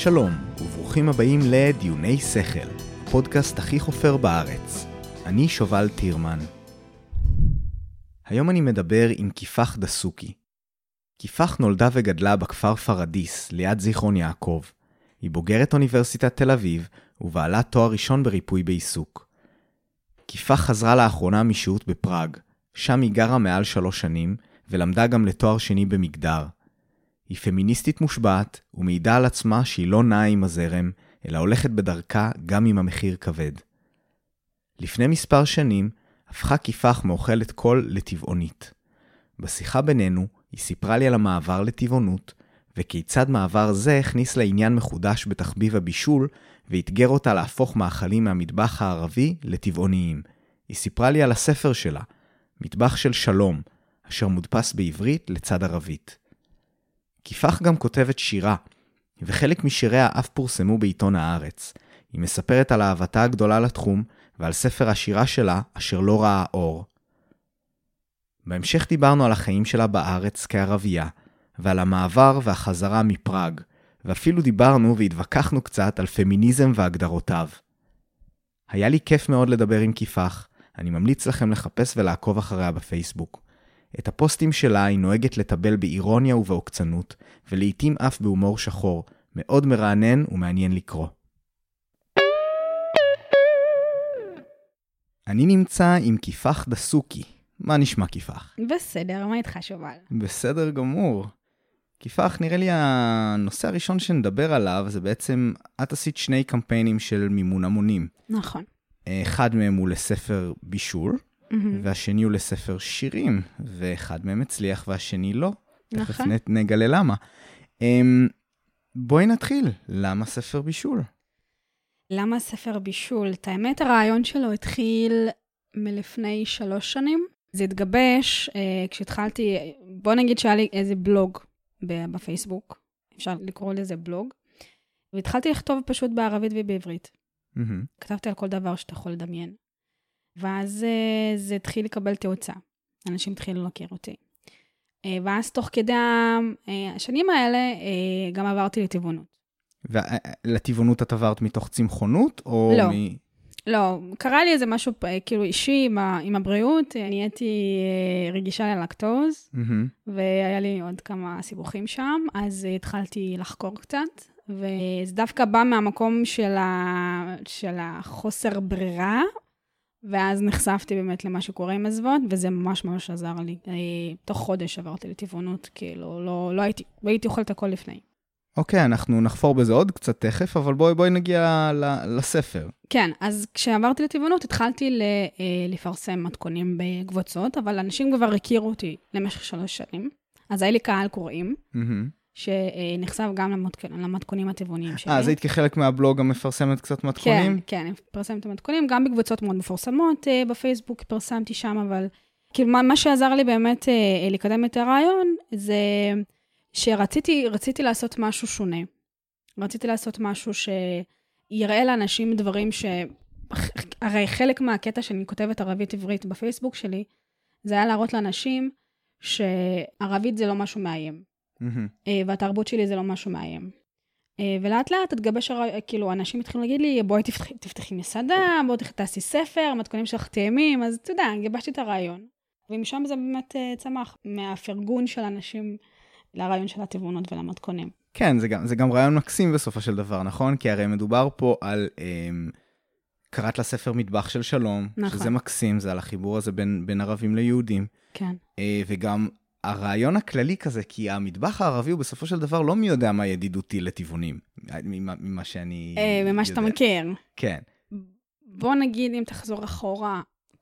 שלום, וברוכים הבאים לדיוני שכל, הפודקאסט הכי חופר בארץ. אני שובל טירמן. היום אני מדבר עם כיפח דסוקי. כיפח נולדה וגדלה בכפר פרדיס, ליד זיכרון יעקב. היא בוגרת אוניברסיטת תל אביב, ובעלת תואר ראשון בריפוי בעיסוק. כיפח חזרה לאחרונה משהות בפראג, שם היא גרה מעל 3 שנים, ולמדה גם לתואר שני במגדר. היא פמיניסטית מושבעת, ומעידה על עצמה שהיא לא נעה עם הזרם, אלא הולכת בדרכה גם עם המחיר כבד. לפני מספר שנים, הפכה כיפח מאוכלת קול לטבעונית. בשיחה בינינו, היא סיפרה לי על המעבר לטבעונות, וכיצד מעבר זה הכניס לה עניין מחודש בתחביב הבישול, והתגר אותה להפוך מאכלים מהמטבח הערבי לטבעוניים. היא סיפרה לי על הספר שלה, מטבח של שלום, אשר מודפס בעברית לצד ערבית. כיפח גם כותבת שירה, וחלק משיריה אף פורסמו בעיתון הארץ. היא מספרת על אהבתה הגדולה לתחום, ועל ספר השירה שלה, אשר לא ראה אור. בהמשך דיברנו על החיים שלה בארץ כערבייה, ועל המעבר והחזרה מפראג, ואפילו דיברנו והתווכחנו קצת על פמיניזם והגדרותיו. היה לי כיף מאוד לדבר עם כיפח, אני ממליץ לכם לחפש ולעקוב אחריה בפייסבוק. את הפוסטים שלה היא נוהגת לטבל באירוניה ובעוקצנות, ולעיתים אף בהומור שחור, מאוד מרענן ומעניין לקרוא. אני נמצא עם כיפח דסוקי. מה נשמע כיפח? בסדר, מה איתך שובל? בסדר גמור. כיפח, נראה לי הנושא הראשון שנדבר עליו, זה בעצם, את עשית 2 קמפיינים של מימון המונים. נכון. אחד מהם הוא לספר בישול, והשני הוא לספר שירים, ואחד מהם הצליח והשני לא. תכף נגלה למה. בואי נתחיל. למה ספר בישול? למה ספר בישול? את האמת, הרעיון שלו התחיל מלפני 3 שנים. זה התגבש כשהתחלתי, בוא נגיד שהיה לי איזה בלוג בפייסבוק, אפשר לקרוא לזה בלוג, והתחלתי לכתוב פשוט בערבית ובעברית. כתבתי על כל דבר שאתה יכול לדמיין. ואז זה התחיל לקבל תאוצה. אנשים התחילו להכיר אותי. ואז תוך כדי השנים האלה, גם עברתי לטבעונות. ולטבעונות את עברת מתוך צמחונות? או לא, לא. קרה לי איזה משהו כאילו אישי עם הבריאות. נהייתי רגישה ללקטוז, והיה לי עוד כמה סיבוכים שם, אז התחלתי לחקור קצת, וזה דווקא בא מהמקום של החוסר ברירה, ואז נחשפתי באמת למה שקורה עם הזוות, וזה ממש ממש עזר לי. תוך חודש עברתי לטבעונות, כאילו, לא הייתי אוכלת הכל לפני. אוקיי, אנחנו נחפור בזה עוד קצת תכף, אבל בואי נגיע לספר. כן, אז כשעברתי לטבעונות, התחלתי לפרסם מתכונים בקבוצות, אבל אנשים כבר הכירו אותי למשך 3 שנים. אז היה לי קהל קוראים, שנחשף גם למתכונים הטבעוניים שלי. אז היית כחלק מהבלוג המפרסמת קצת מתכונים? כן, פרסמת מתכונים, גם בקבוצות מאוד מפורסמות בפייסבוק, פרסמתי שם, אבל כאילו מה שעזר לי באמת לקדם את הרעיון, זה שרציתי לעשות משהו שונה. רציתי לעשות משהו שיראה לאנשים דברים הרי חלק מהקטע שאני כותבת ערבית עברית בפייסבוק שלי, זה היה להראות לאנשים שערבית זה לא משהו מאיים. והתרבות שלי זה לא משהו מאיים. ולאט לאט התגבש, כאילו, אנשים התחילו להגיד לי, בואי תפתחי מסעדה, בואי תעשי ספר, מתכונים שלך טעימים, אז אתה יודע, גיבשתי את הרעיון. ומשם זה באמת צמח, מהפרגון של אנשים לרעיון של הטבעונות ולמתכונים. כן, זה גם רעיון מקסים בסופו של דבר, נכון? כי הרי מדובר פה על, קראת לספר מטבח של שלום, נכון. שזה מקסים, זה על החיבור הזה בין ערבים ליהודים. כן. וגם הרעיון הכללי כזה, כי המטבח הערבי הוא בסופו של דבר לא מי יודע מה ידידותי לטבעונים, ממה שאני ממה שאתה מכיר. כן. בוא נגיד, אם תחזור אחורה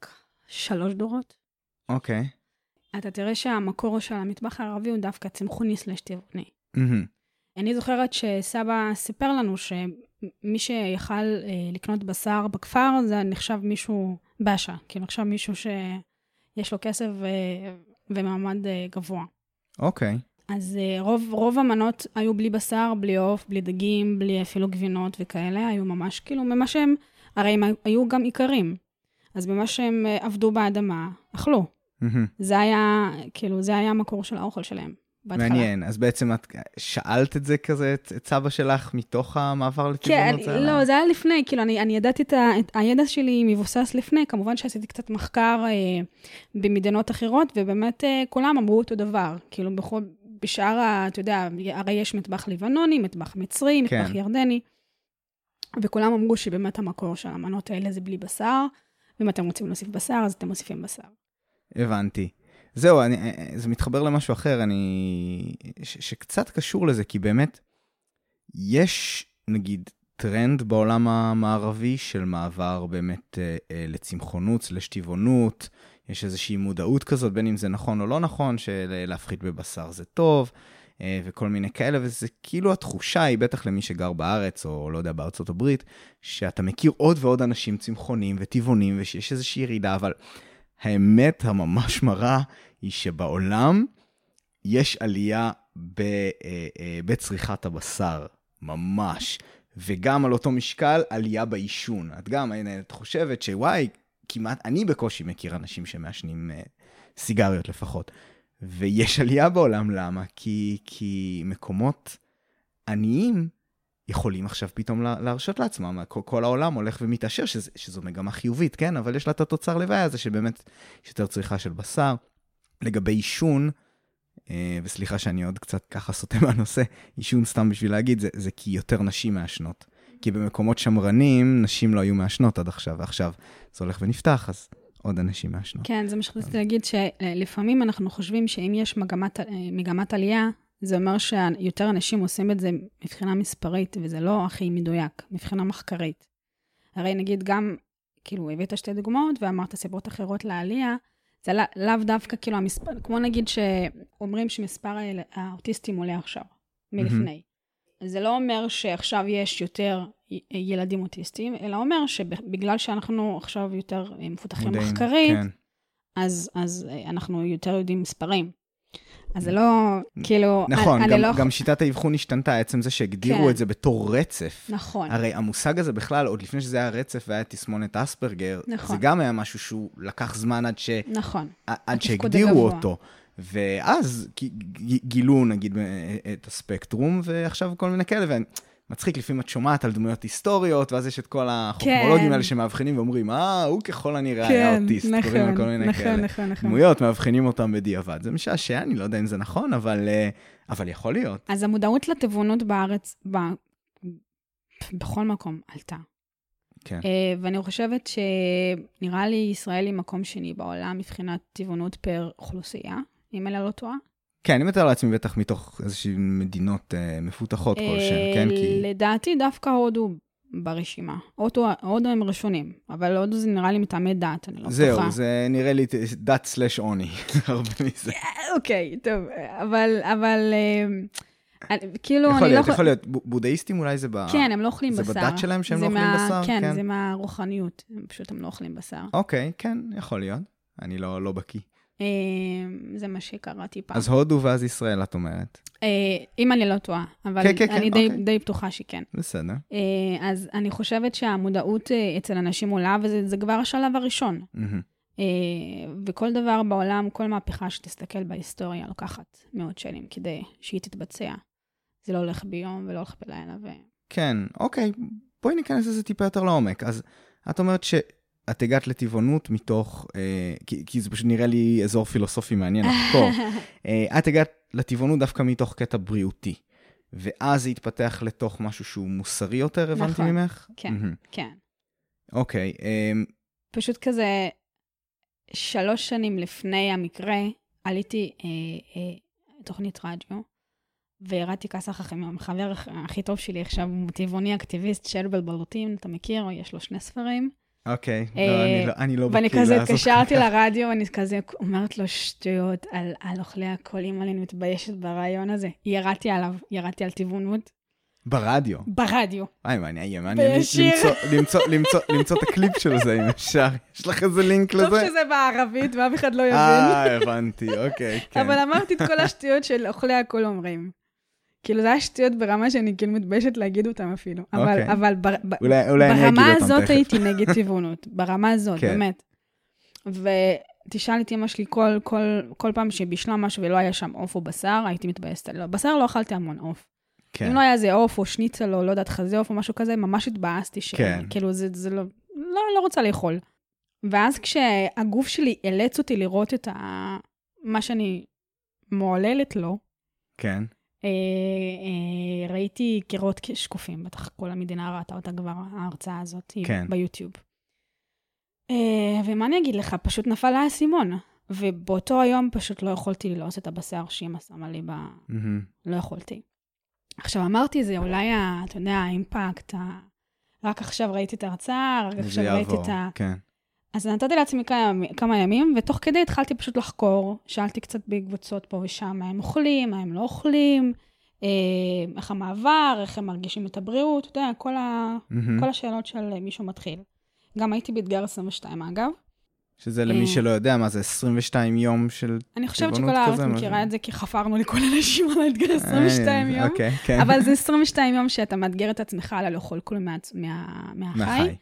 3 דורות. אוקיי. אתה תראה שהמקור של המטבח הערבי הוא דווקא צמחוני/טבעוני. אני זוכרת שסבא סיפר לנו שמי שיכל לקנות בשר בכפר, זה נחשב מישהו באשה, כאילו נחשב מישהו שיש לו כסף ומעמד גבוה. אוקיי. אז רוב המנות היו בלי בשר, בלי עוף, בלי דגים, בלי אפילו גבינות וכאלה, היו ממש, כאילו, ממה שהם, הרי הם היו גם עיקרים. אז במה שהם עבדו באדמה, אכלו. זה היה, כאילו, זה היה המקור של האוכל שלהם. בהתחלה. מעניין, אז בעצם את שאלת את זה כזה, את סבא שלך, מתוך המעבר לטבעונות? כן, לא, זה היה לפני, כאילו, אני ידעתי הידע שלי מבוסס לפני, כמובן שעשיתי קצת מחקר במדינות אחרות, ובאמת כולם אמרו אותו דבר, כאילו, בשאר, אתה יודע, הרי יש מטבח לבנוני, מטבח מצרי, מטבח ירדני, וכולם אמרו שבאמת המקור של המנות האלה זה בלי בשר, ואם אתם רוצים להוסיף בשר, אז אתם מוסיפים בשר. הבנתי. זהו, זה מתחבר למשהו אחר, שקצת קשור לזה, כי באמת, יש, נגיד, טרנד בעולם המערבי של מעבר באמת לצמחונות, לשטיבונות, יש איזושהי מודעות כזאת, בין אם זה נכון או לא נכון, שלהפחית בבשר זה טוב, וכל מיני כאלה, וזה כאילו התחושה היא, בטח למי שגר בארץ, או לא יודע, בארצות הברית, שאתה מכיר עוד ועוד אנשים צמחונים וטבעונים, ושיש איזושהי ירידה, אבל האמת הממש מרה היא שבעולם יש עלייה בצריכת הבשר, ממש. וגם על אותו משקל עלייה בעישון. את גם, את חושבת שוואי, כמעט, אני בקושי מכיר אנשים שמעשנים סיגריות לפחות. ויש עלייה בעולם, למה? כי מקומות עניים יכולים עכשיו פתאום להרשות לעצמם. כל העולם הולך ומתאשר, שזו מגמה חיובית, כן? אבל יש לה את התוצר לוואי הזה, שבאמת יש יותר צריכה של בשר. לגבי עישון, וסליחה שאני עוד קצת ככה סוטה מהנושא, עישון סתם בשביל להגיד, זה כי יותר נשים מעשנות. כי במקומות שמרנים, נשים לא היו מעשנות עד עכשיו, ועכשיו זה הולך ונפתח, אז עוד אנשים מעשנות. כן, זה מה שרציתי להגיד, שלפעמים אנחנו חושבים שאם יש מגמת עלייה, זה אומר שיותר אנשים עושים את זה מבחינה מספרית, וזה לא הכי מדויק, מבחינה מחקרית. הרי נגיד גם, כאילו, הבאת שתי דוגמאות, ואמרת סיבות אחרות לעלייה, זה לאו דווקא, כאילו, המספר, כמו נגיד שאומרים שמספר האוטיסטים עולה עכשיו, מלפני. זה לא אומר שעכשיו יש יותר ילדים אוטיסטים, אלא אומר שבגלל שאנחנו עכשיו יותר מפותחים מחקרית, אז אנחנו יותר יודעים מספרים. אז זה לא, כאילו, נכון, גם שיטת האבחון השתנתה, עצם זה שהגדירו את זה בתור רצף. נכון. הרי המושג הזה בכלל, עוד לפני שזה היה רצף והיה תסמונת אספרגר, זה גם היה משהו שהוא לקח זמן עד שהגדירו אותו. ואז גילו, נגיד, את הספקטרום, ועכשיו כל מיני כאלה, ומצחיק, לפעמים את שומעת על דמויות היסטוריות, ואז יש את כל החוכמולוגים האלה שמאבחנים ואומרים, הוא ככל הנראה היה אוטיסט, קוראים על כל מיני כאלה. דמויות, מאבחנים אותם בדיעבד. זה משעשע, אני לא יודע אם זה נכון, אבל יכול להיות. אז המודעות לטבעונות בארץ, בכל מקום, עלתה. כן. ואני חושבת שנראה לי ישראל היא מקום שני בעולם, מבחינת טבעונות פר אוכלוסייה, אם אלה לא טועה. כן, אני מתאר לעצמי בטח מתוך איזושהי מדינות מפותחות כלשהן, כן? לדעתי דווקא הודו ברשימה. הודו הם ראשונים, אבל הודו זה נראה לי מטעמי דת, אני לא בטוחה. זהו, זה נראה לי דת/עוני, הרבה מזה. אוקיי, טוב, אבל כאילו, יכול להיות, בודהיסטים אולי זה כן, הם לא אוכלים בשר. זה בדת שלהם שהם לא אוכלים בשר? כן, זה מהרוחניות, פשוט הם לא אוכלים בשר. אוקיי, כן, יכול להיות. אני לא בקיא. זה מה שקראתי פעם. אז הודו ואז ישראל, את אומרת. אם אני לא טועה, אבל אני די בטוחה שכן. בסדר. אז אני חושבת שהמודעות אצל אנשים עולה, וזה כבר השלב הראשון. וכל דבר בעולם, כל מהפכה שתסתכל בהיסטוריה, לוקחת מאות שנים כדי שהיא תתבצע. זה לא הולך ביום ולא הולך בלילה. כן, אוקיי. בואי ניכנס לזה טיפה יותר לעומק. אז את אומרת את הגעת לטבעונות מתוך, כי זה פשוט נראה לי אזור פילוסופי מעניין לחקור. את הגעת לטבעונות דווקא מתוך קטע בריאותי, ואז זה התפתח לתוך משהו שהוא מוסרי יותר, הבנתי ממך? כן, כן. אוקיי. פשוט כזה, 3 שנים לפני המקרה, עליתי תוכנית רדיו, והראיתי כסח עם החבר הכי טוב שלי עכשיו, הוא טבעוני אקטיביסט, שלבל בלוטין, אתה מכיר? יש לו 2 ספרים. אוקיי, אני לא ואני כזה התקשרתי לרדיו, ואני כזה אומרת לו שטויות על אוכלי הכל, אם אני מתביישת ברעיון הזה. ירדתי על טבעונות. ברדיו? ברדיו. מעניין למצוא את הקליפ של זה, אם אפשר. יש לך איזה לינק לזה? טוב שזה בערבית, ואף אחד לא יבין. הבנתי, אוקיי, כן. אבל אמרתי את כל השטויות של אוכלי הכל אומרים. כאילו, זה היה שטויות ברמה שאני כאילו מתביישת להגיד אותם אפילו. אבל ברמה הזאת הייתי נגד טבעונות. ברמה הזאת, באמת. תשאל את אמא שלי כל פעם שבישלה משהו ולא היה שם עוף או בשר, הייתי מתבאסת עליה. בשר לא אכלתי המון עוף. כן. אם לא היה זה עוף או שניצל או לא יודעת חזה עוף או משהו כזה, ממש התבאסתי שכאילו זה לא רוצה לאכול. ואז כשהגוף שלי אילץ אותי לראות את מה שאני מעוללת לו, כן. ראיתי קירות שקופים, בטח כל המדינה ראתה אותה כבר, ההרצאה הזאת, כן. ביוטיוב. ומה אני אגיד לך? פשוט נפל לה הסימון. ובאותו היום פשוט לא יכולתי ללעוס את הבשר שאמא שמה לי לא יכולתי. עכשיו אמרתי, זה אולי, אתה יודע, האימפקט, רק עכשיו ראיתי את ההרצאה, רק עכשיו ראיתי את כן. אז נתתי לעצמי כמה ימים, ותוך כדי התחלתי פשוט לחקור, שאלתי קצת בקבוצות פה ושם, מה הם אוכלים, מה הם לא אוכלים, איך המעבר, איך הם מרגישים את הבריאות, אתה יודע, כל השאלות של מישהו מתחיל. גם הייתי באתגר 22, אגב. שזה למי שלא יודע מה זה 22 יום של טבעונות כזה. אני חושבת שכל הארץ מכירה את זה, כי חפרנו לכל אנשים על האתגר 22 יום. אבל זה 22 יום שאתה מאתגר את עצמך על לאכול כלום מהחי.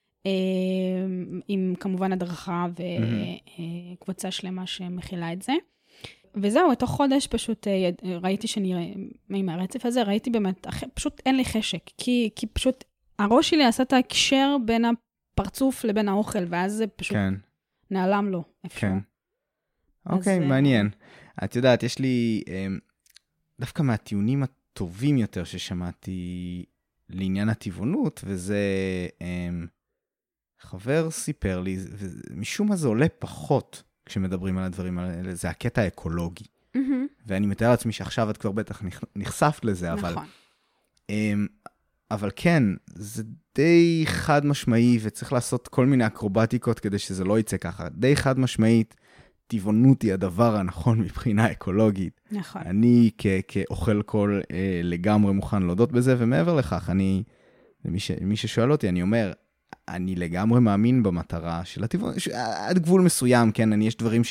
עם כמובן הדרכה וקבוצה שלמה שמכילה את זה. וזהו, בתוך חודש פשוט ראיתי שאני, מהרצף הזה, ראיתי באמת, פשוט אין לי חשק, כי פשוט הראש שלי עשה את ההקשר בין הפרצוף לבין האוכל, ואז זה פשוט נעלם לו איפשהו. כן. אוקיי, מעניין. את יודעת, יש לי, דווקא מהטיעונים הטובים יותר ששמעתי לעניין הטבעונות, וזה חבר סיפר לי, ומשום מה זה עולה פחות כשמדברים על הדברים האלה, זה הקטע האקולוגי. ואני מתאר לעצמי שעכשיו את כבר בטח נחשפת לזה, אבל כן, זה די חד משמעי, וצריך לעשות כל מיני אקרובטיקות כדי שזה לא יצא ככה. די חד משמעית, טבעונות היא הדבר הנכון מבחינה אקולוגית. נכון. אני כאוכל כל לגמרי מוכן להודות בזה, ומעבר לכך, מי ששואל אותי, אני אומר, אני לגמרי מאמין במטרה של הטבעונות, עד גבול מסוים, כן, יש דברים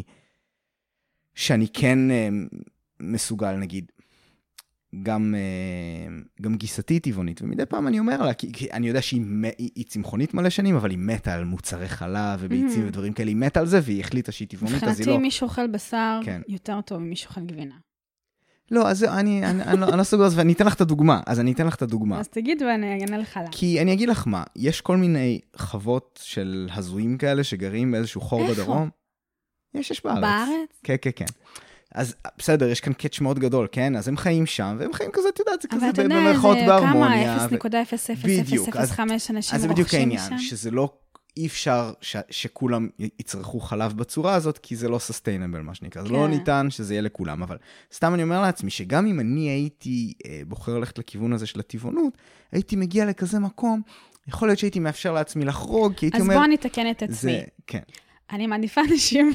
שאני כן מסוגל, נגיד, גם גיסתי טבעונית, ומדי פעם אני אומר לה, כי אני יודע שהיא צמחונית מלא שנים, אבל היא מתה על מוצרי חלב וביצים ודברים כאלה, היא מתה על זה, והיא החליטה שהיא טבעונית, אז היא לא... מבחינתי מי שאוכל בשר יותר טוב ממי שאוכל גבינה. לא, אז אני לא סוגר, ואני אתן לך את הדוגמה, אז תגיד ואני אגנה לך לה. כי אני אגיד לך מה, יש כל מיני חוות של הזויים כאלה, שגרים באיזשהו חור בדרום. יש בארץ. בארץ? כן, כן, כן. אז בסדר, יש כאן קאץ' מאוד גדול, כן? אז הם חיים שם, והם חיים כזה, אתה יודעת, זה כזה במרכאות בהרמוניה. אבל אתה יודע, זה כמה 0.0005 אנשים רוכשים שם. אז זה בדיוק העניין, שזה לא, אי אפשר שכולם יצרכו חלב בצורה הזאת, כי זה לא sustainable, מה שנקרא. זה לא ניתן שזה יהיה לכולם, אבל סתם אני אומר לעצמי, שגם אם אני הייתי בוחר ללכת לכיוון הזה של הטבעונות, הייתי מגיע לכזה מקום, יכול להיות שהייתי מאפשר לעצמי לחרוג, כי הייתי אומר... אז בוא נתקן את עצמי. כן. אני מעדיפה אנשים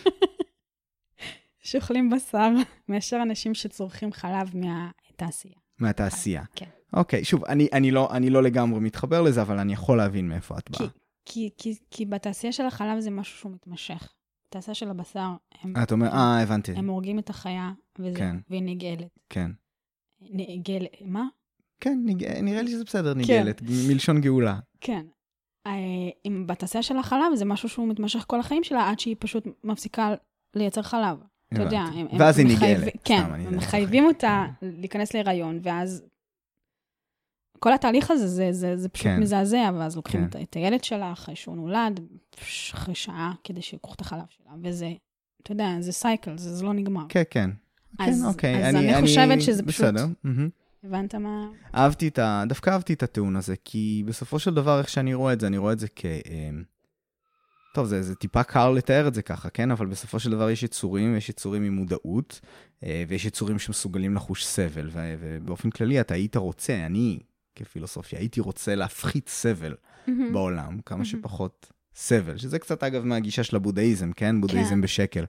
שאוכלים בשר, מאשר אנשים שצורכים חלב מהתעשייה. מהתעשייה. כן. אוקיי, שוב, אני לא לגמרי מתחבר לזה, אבל אני יכול להבין מאיפה את באה. כי בתעשייה של החלב זה משהו שהוא מתמשך. בתעשייה של הבשר, את אומר, הבנתי. הם הורגים את החיה, והיא נגאלת. כן. נגאלת, מה? כן, נראה לי שזה בסדר, נגאלת, מלשון גאולה. כן. בתעשייה של החלב זה משהו שהוא מתמשך כל החיים שלה, עד שהיא פשוט מפסיקה לייצר חלב. אתה יודע, ואז היא נגאלת. כן, הם מחייבים אותה להיכנס להיריון, ואז כל התהליך הזה, זה פשוט מזעזע, ואז לוקחים את הילד שלה, אחרי שהוא נולד, אחרי שעה, כדי שיקחו את החלב שלה, וזה, אתה יודע, זה סייקל, זה לא נגמר. כן, כן. אז אני חושבת שזה פשוט... בסדר. הבנת מה? דווקא אהבתי את הטיעון הזה, כי בסופו של דבר, איך שאני רואה את זה, אני רואה את זה טוב, זה טיפה קל לתאר את זה ככה, כן? אבל בסופו של דבר יש יצורים, ויש יצורים עם מודעות, ויש יצורים שמסוגלים לחוש סבל, ובאופן כללי אתה היית רוצה, אני כפילוסופיה, הייתי רוצה להפחית סבל בעולם, כמה שפחות סבל, שזה קצת אגב מהגישה של הבודהיזם, כן? בודהיזם בשקל.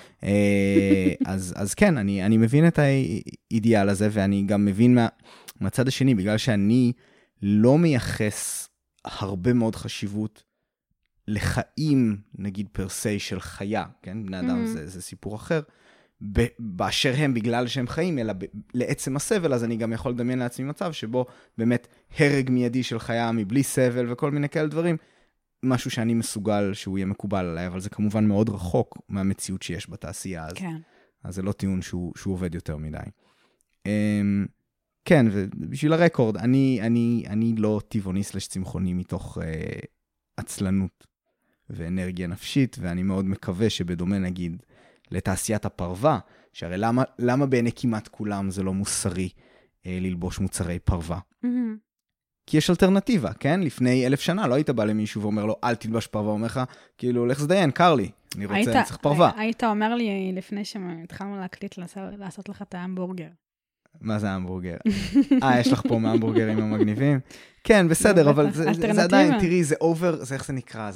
אז כן, אני מבין את האידיאל הזה, ואני גם מבין מהצד השני, בגלל שאני לא מייחס הרבה מאוד חשיבות לחיים, נגיד פרסי של חיה, כן? בני אדם זה סיפור אחר, באשר הם בגלל שהם חיים, אלא לעצם הסבל, אז אני גם יכול לדמיין לעצמי מצב שבו באמת הרג מיידי של חיה מבלי סבל וכל מיני כאלה דברים, משהו שאני מסוגל שהוא יהיה מקובל עליי, אבל זה כמובן מאוד רחוק מהמציאות שיש בתעשייה. כן. אז זה לא טיעון שהוא עובד יותר מדי. כן, ובשביל הרקורד, אני לא טבעוני/צמחוני מתוך עצלנות ואנרגיה נפשית, ואני מאוד מקווה שבדומה נגיד לתעשיית הפרווה, שהרי למה בעיני כמעט כולם זה לא מוסרי ללבוש מוצרי פרווה? כי יש אלטרנטיבה, כן? לפני 1000 שנה לא היית בא למישהו ואומר לו, אל תלבש פרווה, אומר לך, כאילו, לך זדיין, קר לי, אני צריך פרווה. היית אומר לי לפני שהתחלנו להקליט, לעשות לך את ההמבורגר. מה זה ההמבורגר? יש לך פה מההמבורגרים המגניבים? כן, בסדר, אבל זה עדיין, תראי, זה אובר, זה איך זה נקרא,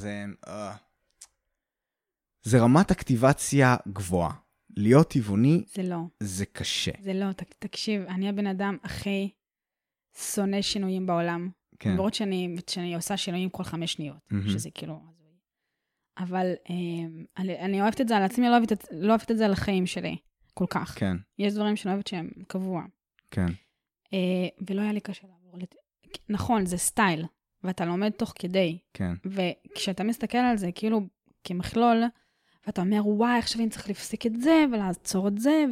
זה רמת אקטיבציה גבוהה. להיות טבעוני, זה לא. זה קשה. זה לא, תקשיב, אני הבן אדם הכי שונא שינויים בעולם. כן. למרות שאני עושה שינויים כל 5 שניות, שזה כאילו... אבל אני אוהבת את זה על עצמי, לא אוהבת את זה על החיים שלי, כל כך. כן. יש דברים שאני אוהבת שהם קבוע. כן. ולא היה לי קשה לעבור. נכון, זה סטייל, ואתה לומד תוך כדי. כן. וכשאתה מסתכל על זה, כאילו, כמכלול, ואתה אומר, וואי, עכשיו אני צריך להפסיק את זה, ולעצור את זה,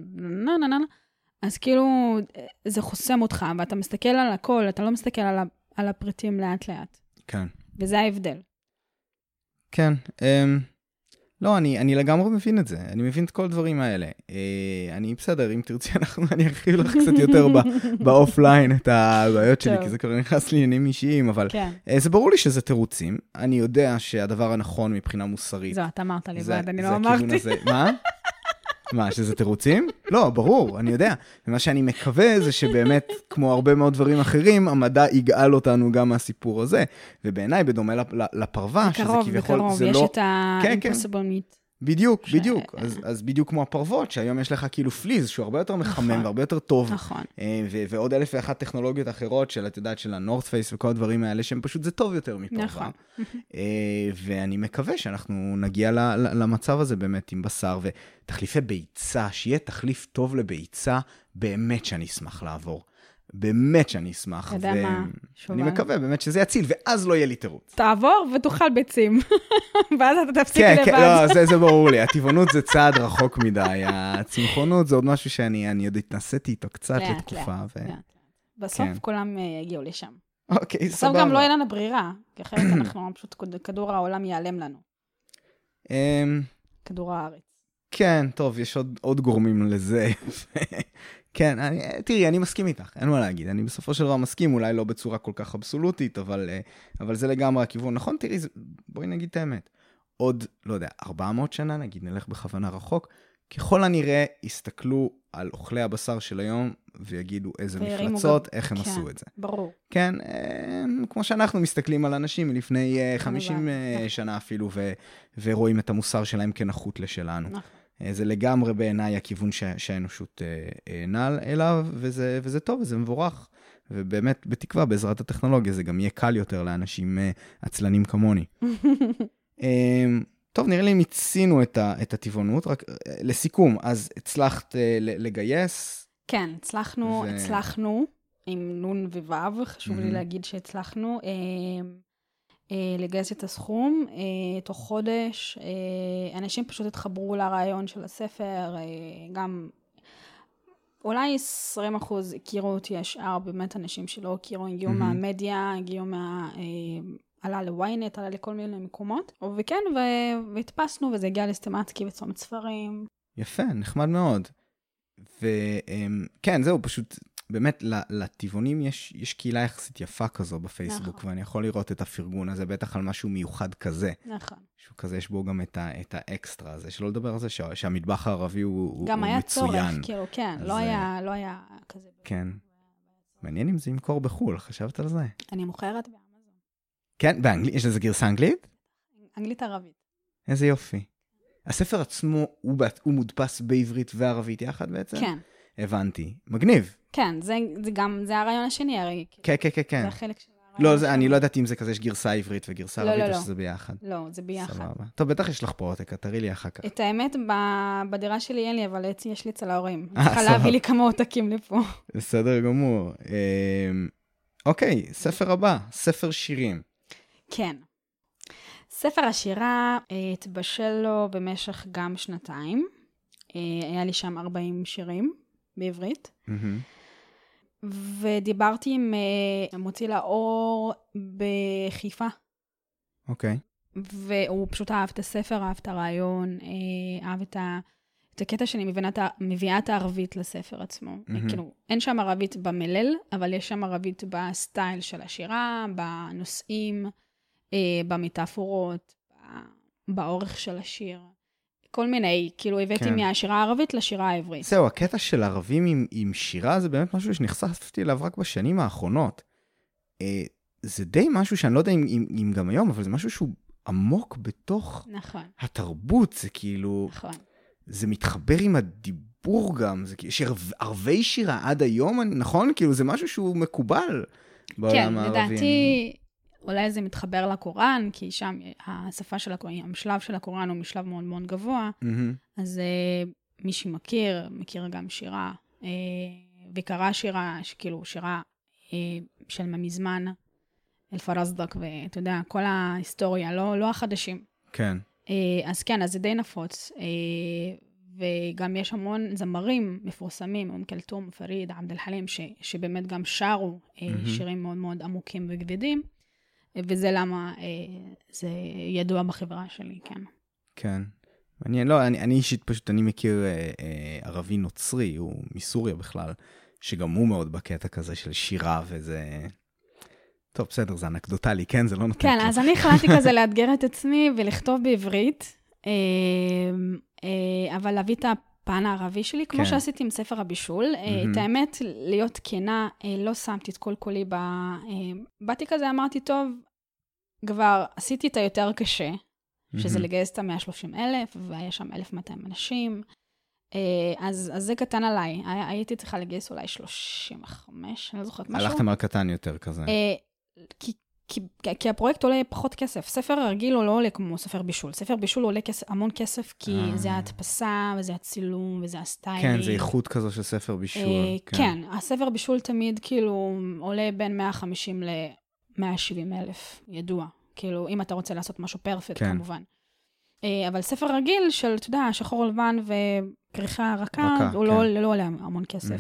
אז כאילו, זה חוסם אותך, ואתה מסתכל על הכל, אתה לא מסתכל על הפריטים לאט לאט. כן. וזה ההבדל. כן. לא, אני לגמרי מבין את זה. אני מבין את כל הדברים האלה. אני בסדר, אם תרצי, אני ארחיב לך קצת יותר באופליין את הבעיות שלי, כי זה כבר נכנס לעניינים אישיים, אבל זה ברור לי שזה תירוצים. אני יודע שהדבר הנכון מבחינה מוסרית... זו, אתה אמרת לי, אני לא אמרתי. מה? מה, שזה תירוצים? לא, ברור, אני יודע. ומה שאני מקווה זה שבאמת, כמו הרבה מאוד דברים אחרים, המדע יגאל אותנו גם מהסיפור הזה. ובעיניי, בדומה לפרווה, שזה כביכול, זה לא... יש את ה-impossible meat. בדיוק. אז בדיוק כמו הפרוות, שהיום יש לך כאילו פליז, שהוא הרבה יותר מחמם והרבה יותר טוב. נכון. ועוד 1001 טכנולוגיות אחרות של, את יודעת, של ה-North Face וכל הדברים האלה, שהם פשוט זה טוב יותר מפרווה. נכון. ואני מקווה שאנחנו נגיע למצב הזה באמת עם בשר, ותחליפי ביצה, שיהיה תחליף טוב לביצה, באמת שאני אשמח לעבור. באמת שאני אשמח. אתה יודע מה? אני מקווה באמת שזה יציל, ואז לא יהיה לי תירוץ. תעבור ותאכל ביצים. ואז אתה תפסיק לבד. כן, לא, זה ברור לי. הטבעונות זה צעד רחוק מדי. הצמחונות זה עוד משהו שאני עוד התנסיתי איתו קצת לתקופה. בסוף כולם יגיעו לשם. אוקיי, סבבה. בסוף גם לא יהיה לנו ברירה, כי אחרת אנחנו פשוט, כדור העולם ייעלם לנו. כדור הארץ. כן, טוב, יש עוד גורמים לזה. כן, תראי, אני מסכים איתך, אין מה להגיד. אני בסופו של דבר מסכים, אולי לא בצורה כל כך אבסולוטית, אבל זה לגמרי הכיוון. נכון, תראי, בואי נגיד את האמת. עוד, לא יודע, 400 שנה, נגיד, נלך בכוונה רחוק, ככל הנראה יסתכלו על אוכלי הבשר של היום, ויגידו איזה מפלצות, איך הם עשו את זה. ברור. כן, כמו שאנחנו מסתכלים על אנשים מלפני 50 שנה אפילו, ורואים את המוסר שלהם כנחות לשלנו. נכון. זה לגמרי בעיניי הכיוון שהאנושות נעל אליו, וזה טוב, וזה מבורך. ובאמת, בתקווה, בעזרת הטכנולוגיה, זה גם יהיה קל יותר לאנשים עצלנים כמוני. טוב, נראה לי מיצינו את הטבעונות, רק לסיכום, אז הצלחת לגייס? כן, הצלחנו, עם נון ווו, חשוב לי להגיד שהצלחנו, לגייס את הסכום, תוך חודש, אנשים פשוט התחברו לרעיון של הספר, גם אולי 20% הכירו אותי, השאר באמת אנשים שלא הכירו, הגיעו מהמדיה, הגיעו עלה לוויינט, עלה לכל מיני מקומות, וכן, והתפסנו, וזה הגיע לסטמטקי וצומת ספרים. יפה, נחמד מאוד. וכן, זהו, פשוט... באמת, לטבעונים יש קהילה יחסית יפה כזו בפייסבוק, ואני יכול לראות את הפרגון הזה, בטח על משהו מיוחד כזה. נכון. שהוא כזה, יש בו גם את האקסטרה הזה, שלא לדבר על זה, שהמטבח הערבי הוא מצוין. גם היה צורך, כאילו, כן, לא היה כזה. כן. מעניין אם זה ימכור בחול, חשבת על זה? אני מוכרת באמזון. כן, באנגלית, יש לזה גרסה אנגלית? אנגלית ערבית. איזה יופי. הספר עצמו, הוא מודפס בעברית וערבית יחד בעצם? כן. הבנתי. מגניב. כן, זה הרעיון השני, הרי. כן. זה החלק של הרעיון. לא, אני לא ידעתי אם זה כזה, יש גרסה עברית וגרסה ערבית, או שזה ביחד. לא, זה ביחד. סבבה. טוב, בטח יש לך פה עותק, תראי לי אחר כך. את האמת, בדירה שלי אין לי, אבל יש לי אצל ההורים. אני צריכה להביא לי כמה עותקים לפה. בסדר גמור. אוקיי, ספר הבא, ספר שירים. כן. ספר השירה התבשל לו במשך גם 2 היה לי שם 40 שירים בעברית. ודיברתי עם מוציא לאור בחיפה. אוקיי. והוא פשוט אהב את הספר, אהב את הרעיון, אהב את הקטע שאני מביאה את הערבית לספר עצמו. כאילו, אין שם ערבית במלל, אבל יש שם ערבית בסטייל של השירה, בנושאים, במטאפורות, באורך של השיר. כל מיני, כאילו הבאתי מהשירה הערבית לשירה העברית. זהו, הקטע של ערבים עם שירה זה באמת משהו שנחשפתי אליו רק בשנים האחרונות. זה די משהו שאני לא יודע אם גם היום, אבל זה משהו שהוא עמוק בתוך התרבות, זה כאילו, זה מתחבר עם הדיבור גם, זה כאילו, ערבי שירה עד היום, נכון? כאילו זה משהו שהוא מקובל בעולם הערבי. כן, לדעתי, אולי זה מתחבר לקוראן, כי שם השפה של הקוראן, המשלב של הקוראן הוא משלב מאוד מאוד גבוה, אז מי מכיר גם שירה, וקרא שירה, כאילו שירה של מזמן, אל-פרזדק, ואתה יודע, כל ההיסטוריה, לא החדשים. כן. אז כן, אז זה די נפוץ, וגם יש המון זמרים מפורסמים, כלתום, פריד, עבד אל-חלים, שבאמת גם שרו שירים מאוד מאוד עמוקים וכבדים, וזה למה זה ידוע בחברה שלי, כן. כן. אני אישית פשוט, אני מכיר ערבי נוצרי, הוא מסוריה בכלל, שגם הוא מאוד בקטע כזה של שירה, וזה... טוב, בסדר, זה אנקדוטלי, כן? זה לא נותן. כן, אז אני החלטתי כזה לאתגר את עצמי ולכתוב בעברית, אבל להביא את הפן הערבי שלי, כמו שעשיתי עם ספר הבישול. את האמת, להיות כנה, לא שמתי את כל קולי באתי כזה, אמרתי, טוב, כבר עשיתי את היותר קשה, שזה לגייס את 130,000, והיה שם 1,200 אנשים, אז זה קטן עליי. הייתי צריכה לגייס אולי 35, אני לא זוכרת משהו. הלכתם על קטן יותר כזה. כי הפרויקט עולה פחות כסף. ספר הרגיל לא עולה כמו ספר בישול. ספר בישול עולה המון כסף, כי זה ההדפסה, וזה הצילום, וזה הסטיילים. כן, זה איכות כזו של ספר בישול. כן, הספר בישול תמיד כאילו עולה בין 150 ל-170,000, ידוע. כאילו, אם אתה רוצה לעשות משהו פרפקט, כמובן. אבל ספר רגיל של, אתה יודע, שחור לבן וכריכה רכה, הוא לא עולה המון כסף.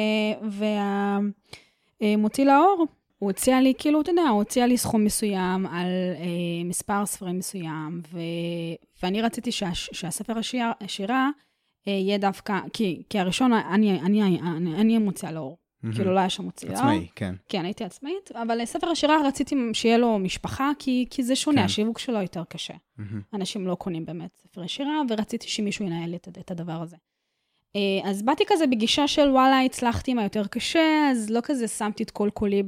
והמוציא לאור, הוא הציע לי, כאילו, אתה יודע, הוא הציע לי סכום מסוים על מספר ספרים מסוים, ואני רציתי שהספר השירה יהיה דווקא, כי הראשון, אני מוציאה לאור. כאילו לא היה שם מוציא לאור. עצמאי, כן. כן, הייתי עצמאית, אבל ספר השירה רציתי שיהיה לו משפחה, כי זה שונה, השיווק שלו יותר קשה. אנשים לא קונים באמת ספרי שירה, ורציתי שמישהו ינהל את הדבר הזה. אז באתי כזה בגישה של וואלה, הצלחתי מה יותר קשה, אז לא כזה שמתי את כל קולי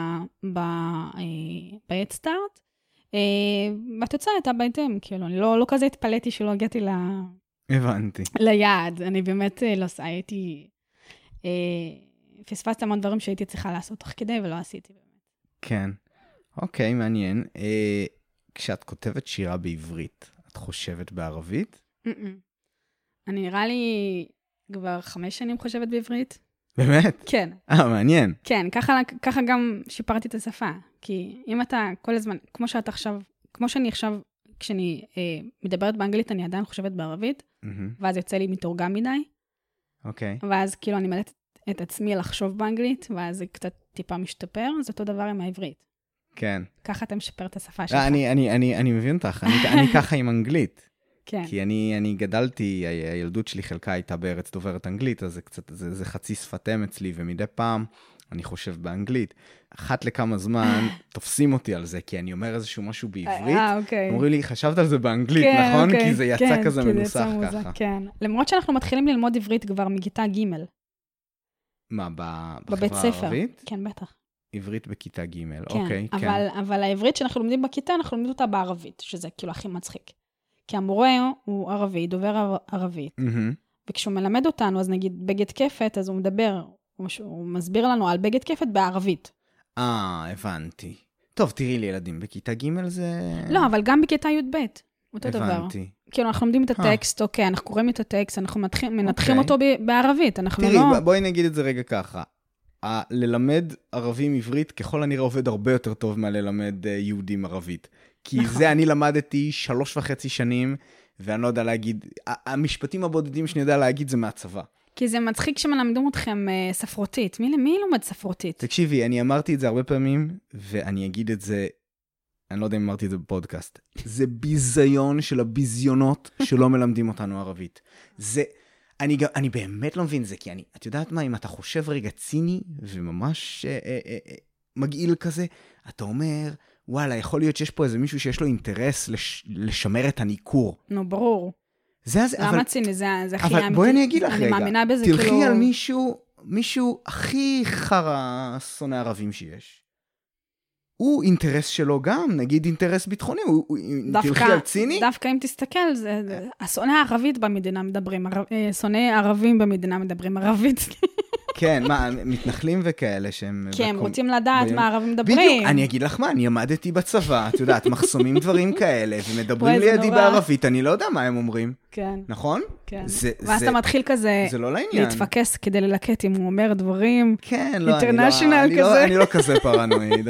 ב-head start, והתוצאה הייתה בהתאם, כאילו, אני לא כזה התפלאתי שלא הגעתי הבנתי. ליעד, אני באמת לא הייתי, פספסתי המון דברים שהייתי צריכה לעשות תוך כדי, ולא עשיתי באמת. כן, אוקיי, מעניין. כשאת כותבת שירה בעברית, את חושבת בערבית? אני נראה לי כבר 5 שנים חושבת בעברית. באמת? כן. מעניין. כן, ככה גם שיפרתי את השפה. כי אם אתה כל הזמן, כמו שאני עכשיו, כשאני מדברת באנגלית, אני עדיין חושבת בערבית, ואז יוצא לי מתורגם מדי. אוקיי. ואז כאילו אני מלאת את עצמי לחשוב באנגלית, ואז זה קצת טיפה משתפר, זה אותו דבר עם העברית. כן. ככה אתה משפר את השפה שלך. אני מבין אותך, אני ככה עם אנגלית. כן. כי אני גדלתי, הילדות שלי חלקה הייתה בארץ דוברת אנגלית, אז זה חצי שפתם אצלי, ומדי פעם אני חושב באנגלית. אחת לכמה זמן תופסים אותי על זה, כי אני אומר איזשהו משהו בעברית, אוקיי. אומרים לי, חשבת על זה באנגלית, נכון? כי זה יצא כזה מנוסח ככה. כן, למרות שאנחנו מתחילים ללמוד עברית כבר מגיטה ג'. מה, בחברה הערבית? כן, בטח. עברית בכיתה ג', אוקיי, כן. אבל העברית שאנחנו לומדים בכיתה, אנחנו לומדים אותה בערבית, שזה כאילו הכי מצחיק. כי המורה הוא ערבי, דובר ערבית. וכשהוא מלמד אותנו, אז נגיד בגד כפת, אז הוא מדבר, הוא מסביר לנו על בגד כפת בערבית. הבנתי. טוב, תראי לי ילדים, בכיתה ג' זה... לא, אבל גם בכיתה י' ב', אותו דבר. הבנתי. כאילו, אנחנו לומדים את הטקסט, אוקיי, אנחנו קוראים את הטקסט, אנחנו מנתחים אותו בערבית, אנחנו לא... תראי, בואי נגיד את זה רגע ככה. ללמד ערבים עברית, ככל הנראה עובד הרבה יותר טוב מה ללמד יהודים ערבית. כי זה אני למדתי 3.5 שנים, ואני לא יודע להגיד, המשפטים הבודדים שאני יודע להגיד זה מהצבא. כי זה מצחיק שמלמדים אתכם ספרותית. מי לומד ספרותית? תקשיבי, אני אמרתי את זה הרבה פעמים, ואני אגיד את זה, אני לא יודע אם אמרתי את זה בפודקאסט, זה ביזיון של הביזיונות שלא מלמדים אותנו ערבית. זה, אני באמת לא מבין זה, כי את יודעת מה, אם אתה חושב רגע ציני, וממש מגעיל כזה, אתה אומר, וואלה, יכול להיות שיש פה איזה מישהו שיש לו אינטרס לשמר את הניכור. נו, ברור. למה ציני? זה הכי אמיתי. אבל בואי אני אגיד לך רגע. אני מאמינה בזה כאילו... תלכי על מישהו הכי חרא שונא ערבים שיש. הוא אינטרס שלו גם, נגיד אינטרס ביטחוני, תלכי על ציני. דווקא אם תסתכל, השונא הערבית במדינה מדברים, שונא ערבים במדינה מדברים ערבית. כן, מה, מתנחלים וכאלה שהם... כן, הם רוצים לדעת מה הערבים מדברים. בדיוק, אני אגיד לך מה, אני עמדתי בצבא, את יודעת, מחסומים דברים כאלה, ומדברים לידי בערבית, אני לא יודע מה הם אומרים. כן. נכון? כן. ואז אתה מתחיל כזה... זה לא לעניין. להתפקס כדי ללקט אם הוא אומר דברים... כן, לא, אני לא כזה פרנואיד,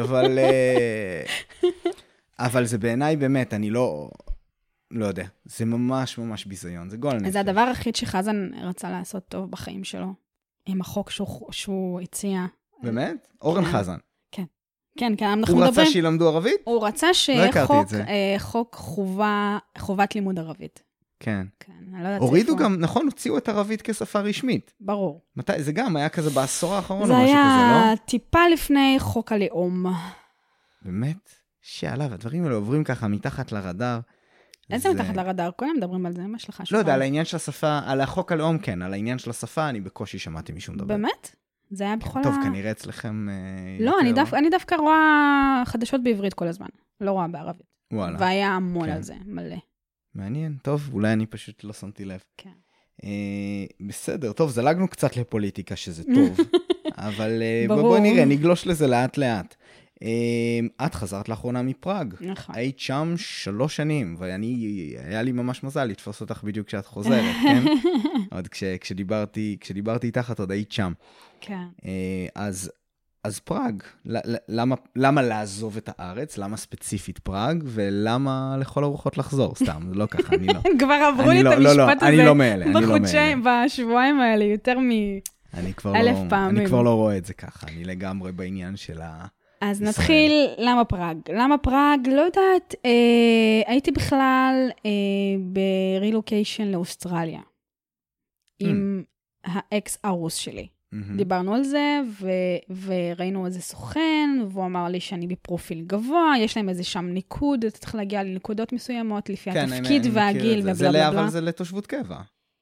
אבל זה בעיניי באמת, אני לא יודע, זה ממש ממש ביזיון, זה גועל נפש. זה הדבר היחיד שחזן רצה לעשות טוב בחיים שלו. עם החוק שהוא הציע. באמת? אורן חזן. כן. כן, אנחנו מדברים... הוא רצה שילמדו ערבית? הוא רצה שחוק חובת לימוד ערבית. כן. כן, אני לא יודעת הורידו גם, נכון, הוציאו את ערבית כשפה רשמית. ברור. מתי? זה גם היה כזה בעשור האחרון או משהו כזה, לא? זה היה טיפה לפני חוק הלאום. באמת? שעליו, הדברים האלה עוברים ככה מתחת לרדאר. איזה מתחת לרדאר? כולם מדברים על זה, מה שלך? לא יודע, על העניין של השפה, על החוק הלאום כן, על העניין של השפה אני בקושי שמעתי מישהו מדבר. באמת? זה היה בכל טוב, כנראה אצלכם... לא, אני דווקא רואה חדשות בעברית כל הזמן. לא רואה בערבית. וואלה. והיה המון על זה, מלא. מעניין, טוב, אולי אני פשוט לא שמתי לב. כן. בסדר, טוב, זלגנו קצת לפוליטיקה שזה טוב, אבל בואו נראה, נגלוש לזה לאט לאט. את חזרת לאחרונה מפראג. נכון. היית שם 3 שנים, היה לי ממש מזל לתפוס אותך בדיוק כשאת חוזרת, כן? עוד כשדיברתי איתך, את עוד היית שם. כן. אז פראג, למה לעזוב את הארץ? למה ספציפית פראג? ולמה לכל הרוחות לחזור? סתם, זה לא ככה, אני לא. כבר עברו לי את המשפט הזה. אני לא מאלה. בשבועיים האלה, יותר מ1,000 פעמים. אני כבר לא רואה את זה ככה, אני לגמרי בעניין של אז נתחיל, למה פראג? למה פראג? לא יודעת, הייתי בכלל ברילוקיישן לאוסטרליה, עם האקס ארוס שלי. דיברנו על זה, וראינו איזה סוכן, והוא אמר לי שאני בפרופיל גבוה, יש להם איזה שם ניקוד, אתה צריך להגיע לנקודות מסוימות, לפי התפקיד והגיל ובלה בלה. אבל זה לתושבות קבע.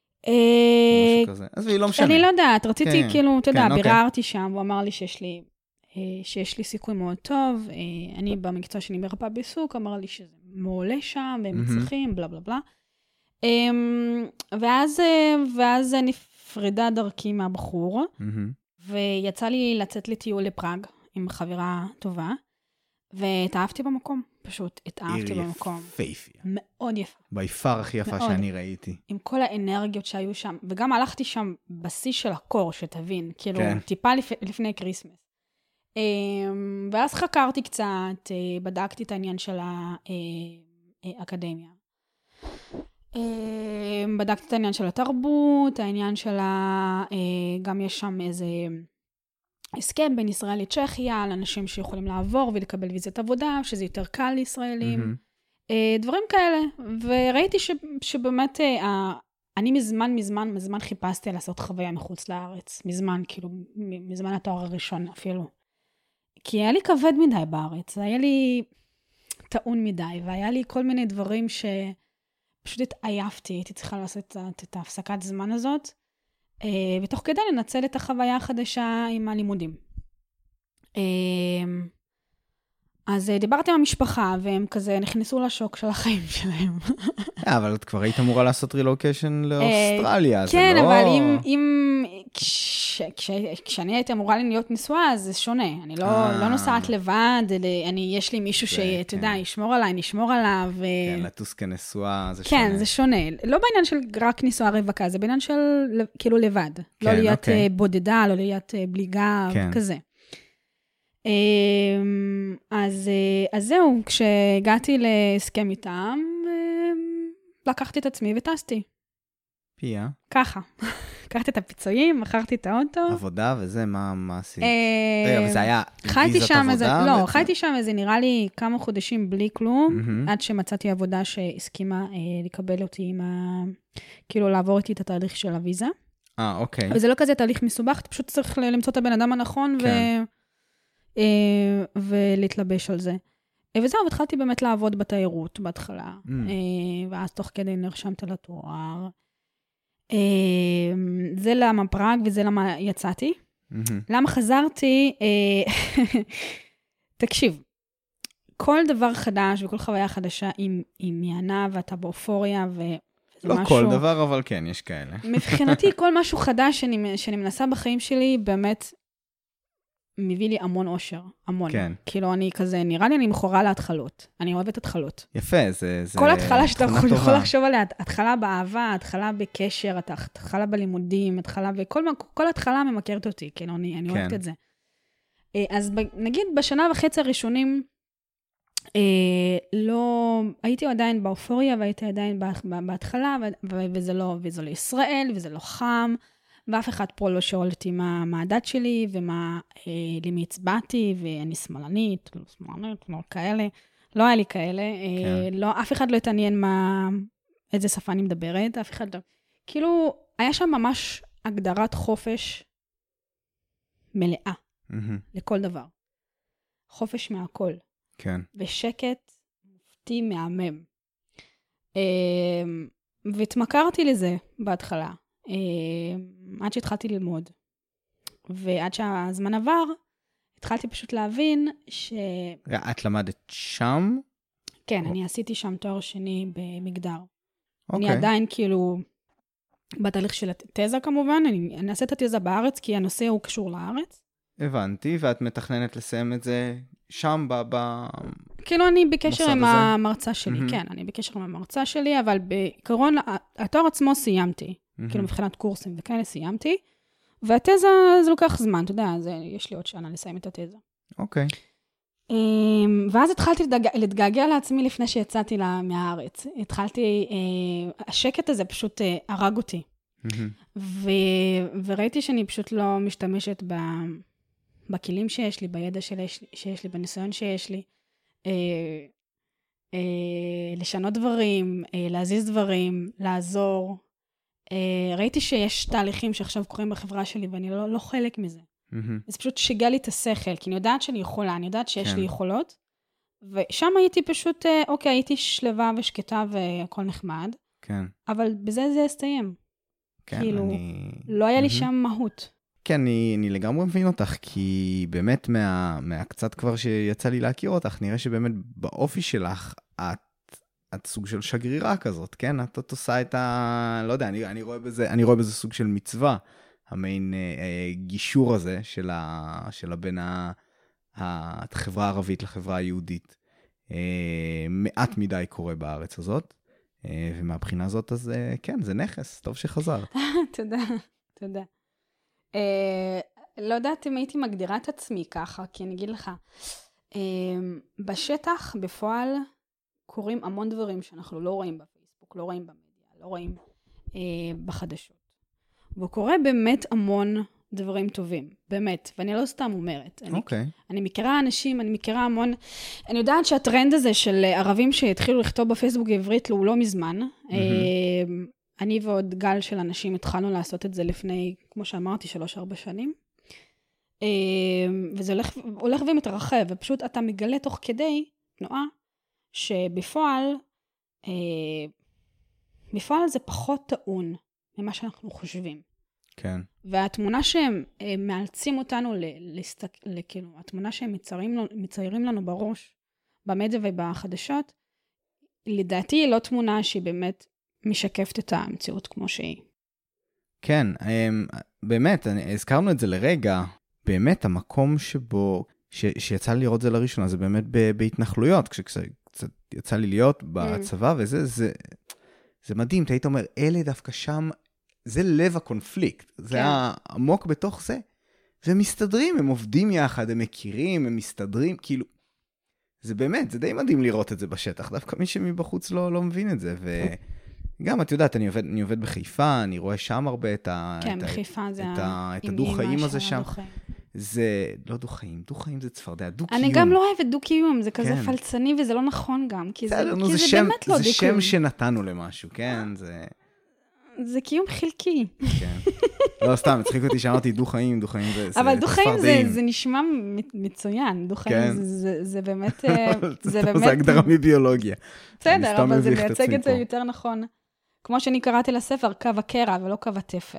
אז לא משנה. אני לא יודעת, רציתי כאילו, אתה יודע, ביררתי שם, והוא אמר לי שיש לי סיכוי מאוד טוב, אני במקצוע שלי מרפאה בעיסוק, אמר לי שזה מעולה שם, והם צריכים, בלה בלה בלה. ואז נפרדה דרכי מהבחור, ויצא לי לצאת לטיול לפראג, עם חברה טובה, והתאהבתי במקום, פשוט התאהבתי במקום. עיר יפהפייה. מאוד יפה. ביפר הכי יפה שאני ראיתי. עם כל האנרגיות שהיו שם, וגם הלכתי שם בשיא של הקור, שתבין, כאילו טיפה לפני קריסמס. ואז חקרתי קצת, בדקתי את העניין של האקדמיה. בדקתי את העניין של התרבות, העניין של גם יש שם איזה הסכם בין ישראל לצ'כיה, לאנשים שיכולים לעבור ולקבל ויזת עבודה, שזה יותר קל לישראלים. דברים כאלה. וראיתי שבאמת, אני מזמן חיפשתי לעשות חוויה מחוץ לארץ. מזמן, כאילו, מזמן התואר הראשון אפילו. כי היה לי כבד מדי בארץ, היה לי טעון מדי, והיה לי כל מיני דברים שפשוט התעייפתי, הייתי צריכה לעשות את ההפסקת זמן הזאת, ותוך כדי לנצל את החוויה החדשה עם הלימודים. אז דיברתי עם המשפחה, והם כזה נכנסו לשוק של החיים שלהם. אבל את כבר היית אמורה לעשות רילוקיישן לאוסטרליה, זה לא... כן, אבל כשאני הייתי אמורה להיות נשואה, אז זה שונה. אני לא נוסעת לבד, יש לי מישהו שאתה יודע, ישמור עליי, נשמור עליו. כן, לטוס כנשואה, זה שונה. כן, זה שונה. לא בעניין של רק נשואה רווקה, זה בעניין של כאילו לבד. לא להיות בודדה, לא להיות בלי גב, כזה. אז זהו, כשהגעתי להסכם איתם, לקחתי את עצמי וטסתי. פיה. ככה. לקחתי את הפיצויים, מכרתי את האוטו. עבודה וזה, מה עשית? רגע, וזה היה ויזת עבודה? לא, חייתי שם איזה נראה לי כמה חודשים בלי כלום, עד שמצאתי עבודה שהסכימה לקבל אותי כאילו לעבור איתי את התהליך של הוויזה. אוקיי. וזה לא כזה תהליך מסובך, אתה פשוט צריך למצוא את הבן אדם הנכון ולהתלבש על זה. וזהו, התחלתי באמת לעבוד בתיירות בהתחלה, ואז תוך כדי נרשמת לתואר. זה למה פראג וזה למה יצאתי. למה חזרתי? תקשיב, כל דבר חדש וכל חוויה חדשה היא מענה ואתה באופוריה לא משהו... כל דבר, אבל כן, יש כאלה. מבחינתי, כל משהו חדש שאני מנסה בחיים שלי, באמת מביא לי המון אושר, המון. כן. כאילו אני כזה, נראה לי אני מכורה להתחלות. אני אוהבת התחלות. יפה, זה כל התחלה שאתה יכול לחשוב עליה, התחלה באהבה, התחלה בקשר, התחלה בלימודים, כל התחלה ממכרת אותי, כאילו אני אוהבת את זה. אז נגיד בשנה וחצי הראשונים, לא, הייתי עדיין באופוריה, והייתי עדיין בהתחלה, וזה לא ישראל, וזה לא חם, ואף אחד פה לא שואל אותי מה הדת שלי, ומה למי הצבעתי, ואני שמאלנית, לא כאלה, לא היה לי כאלה, לא, אף אחד לא התעניין איזה שפה אני מדברת, אף אחד לא, כאילו, היה שם ממש הגדרת חופש מלאה, לכל דבר. חופש מהכל. כן. ושקט מופתי מהמם. והתמכרתי לזה בהתחלה, עד שהתחלתי ללמוד. ועד שהזמן עבר, התחלתי פשוט להבין את למדת שם? כן, אני עשיתי שם תואר שני במגדר. אני עדיין כאילו, בתהליך של התזה כמובן, אני אעשה את התזה בארץ, כי הנושא הוא קשור לארץ. הבנתי, ואת מתכננת לסיים את זה שם כאילו אני בקשר עם המרצה שלי, כן, אני בקשר עם המרצה שלי, אבל בעיקרון, התואר עצמו סיימתי, כאילו מבחינת קורסים וכאלה סיימתי, והתזה זה לוקח זמן, אתה יודע, יש לי עוד שנה לסיים את התזה. אוקיי. ואז התחלתי להתגעגע לעצמי לפני שיצאתי מהארץ. השקט הזה פשוט הרג אותי. וראיתי שאני פשוט לא משתמשת בכלים שיש לי, בידע שיש לי, בניסיון שיש לי, לשנות דברים, להזיז דברים, לעזור. ראיתי שיש תהליכים שעכשיו קורים בחברה שלי, ואני לא חלק מזה. זה פשוט שיגע לי את השכל, כי אני יודעת שאני יכולה, אני יודעת שיש לי יכולות, ושם הייתי פשוט, אוקיי, הייתי שלווה ושקטה והכל נחמד, אבל בזה זה הסתיים. כאילו, לא היה לי שם מהות. כן, אני לגמרי מבין אותך, כי באמת מהקצת כבר שיצא לי להכיר אותך, נראה שבאמת באופי שלך, את סוג של שגרירה כזאת, כן? את עושה את לא יודע, אני רואה בזה סוג של מצווה, המין גישור הזה של בין החברה הערבית לחברה היהודית. מעט מדי קורה בארץ הזאת, ומהבחינה הזאת, אז כן, זה נכס, טוב שחזר. תודה. לא יודעת אם הייתי מגדירה את עצמי ככה, כי אני אגיד לך, בשטח, בפועל, קורים המון דברים שאנחנו לא רואים בפייסבוק, לא רואים במדיה, לא רואים בחדשות. וקורה באמת המון דברים טובים, באמת, ואני לא סתם אומרת. אני מכירה אנשים, אני מכירה המון, אני יודעת שהטרנד הזה של ערבים שהתחילו לכתוב בפייסבוק בעברית הוא לא מזמן. אני ועוד גל של אנשים התחלנו לעשות את זה לפני, כמו שאמרתי, 3-4 שנים. וזה הולך ומתרחב, ופשוט אתה מגלה תוך כדי תנועה, שבפועל, בפועל זה פחות טעון ממה שאנחנו חושבים. כן. והתמונה שהם מאלצים אותנו כאילו, התמונה שהם מציירים לנו בראש, במדיה ובחדשות, לדעתי היא לא תמונה שהיא באמת משקפת את המציאות כמו שהיא. כן, באמת, הזכרנו את זה לרגע, באמת המקום שבו, שיצא לי לראות זה לראשונה, זה באמת בהתנחלויות, כשקצת יצא לי להיות בצבא, וזה זה מדהים, אתה היית אומר, אלה דווקא שם, זה לב הקונפליקט, זה העמוק בתוך זה, והם מסתדרים, הם עובדים יחד, הם מכירים, הם מסתדרים, כאילו, זה באמת, זה די מדהים לראות את זה בשטח, דווקא מי שמבחוץ לא מבין את זה, וגם, את יודעת, אני עובד בחיפה, אני רואה שם הרבה את הדו-חיים הזה שם. זה לא דו-חיים, דו-חיים זה צפרדע, דו-קיום. אני גם לא אוהבת דו-קיום, זה כזה פלצני וזה לא נכון גם, כי זה באמת לא דו-קיום. זה שם שנתנו למשהו, כן, זה קיום חלקי. כן. לא, סתם, הצחיק אותי שאמרתי דו-חיים זה צפרדעים. אבל דו-חיים זה נשמע מצוין, דו-חיים זה באמת... זה הגדרה מביולוגיה. בסדר, אבל זה מייצג את זה יותר נכון. כמו שאני קראתי לספר, קו הקרע ולא קו התפר.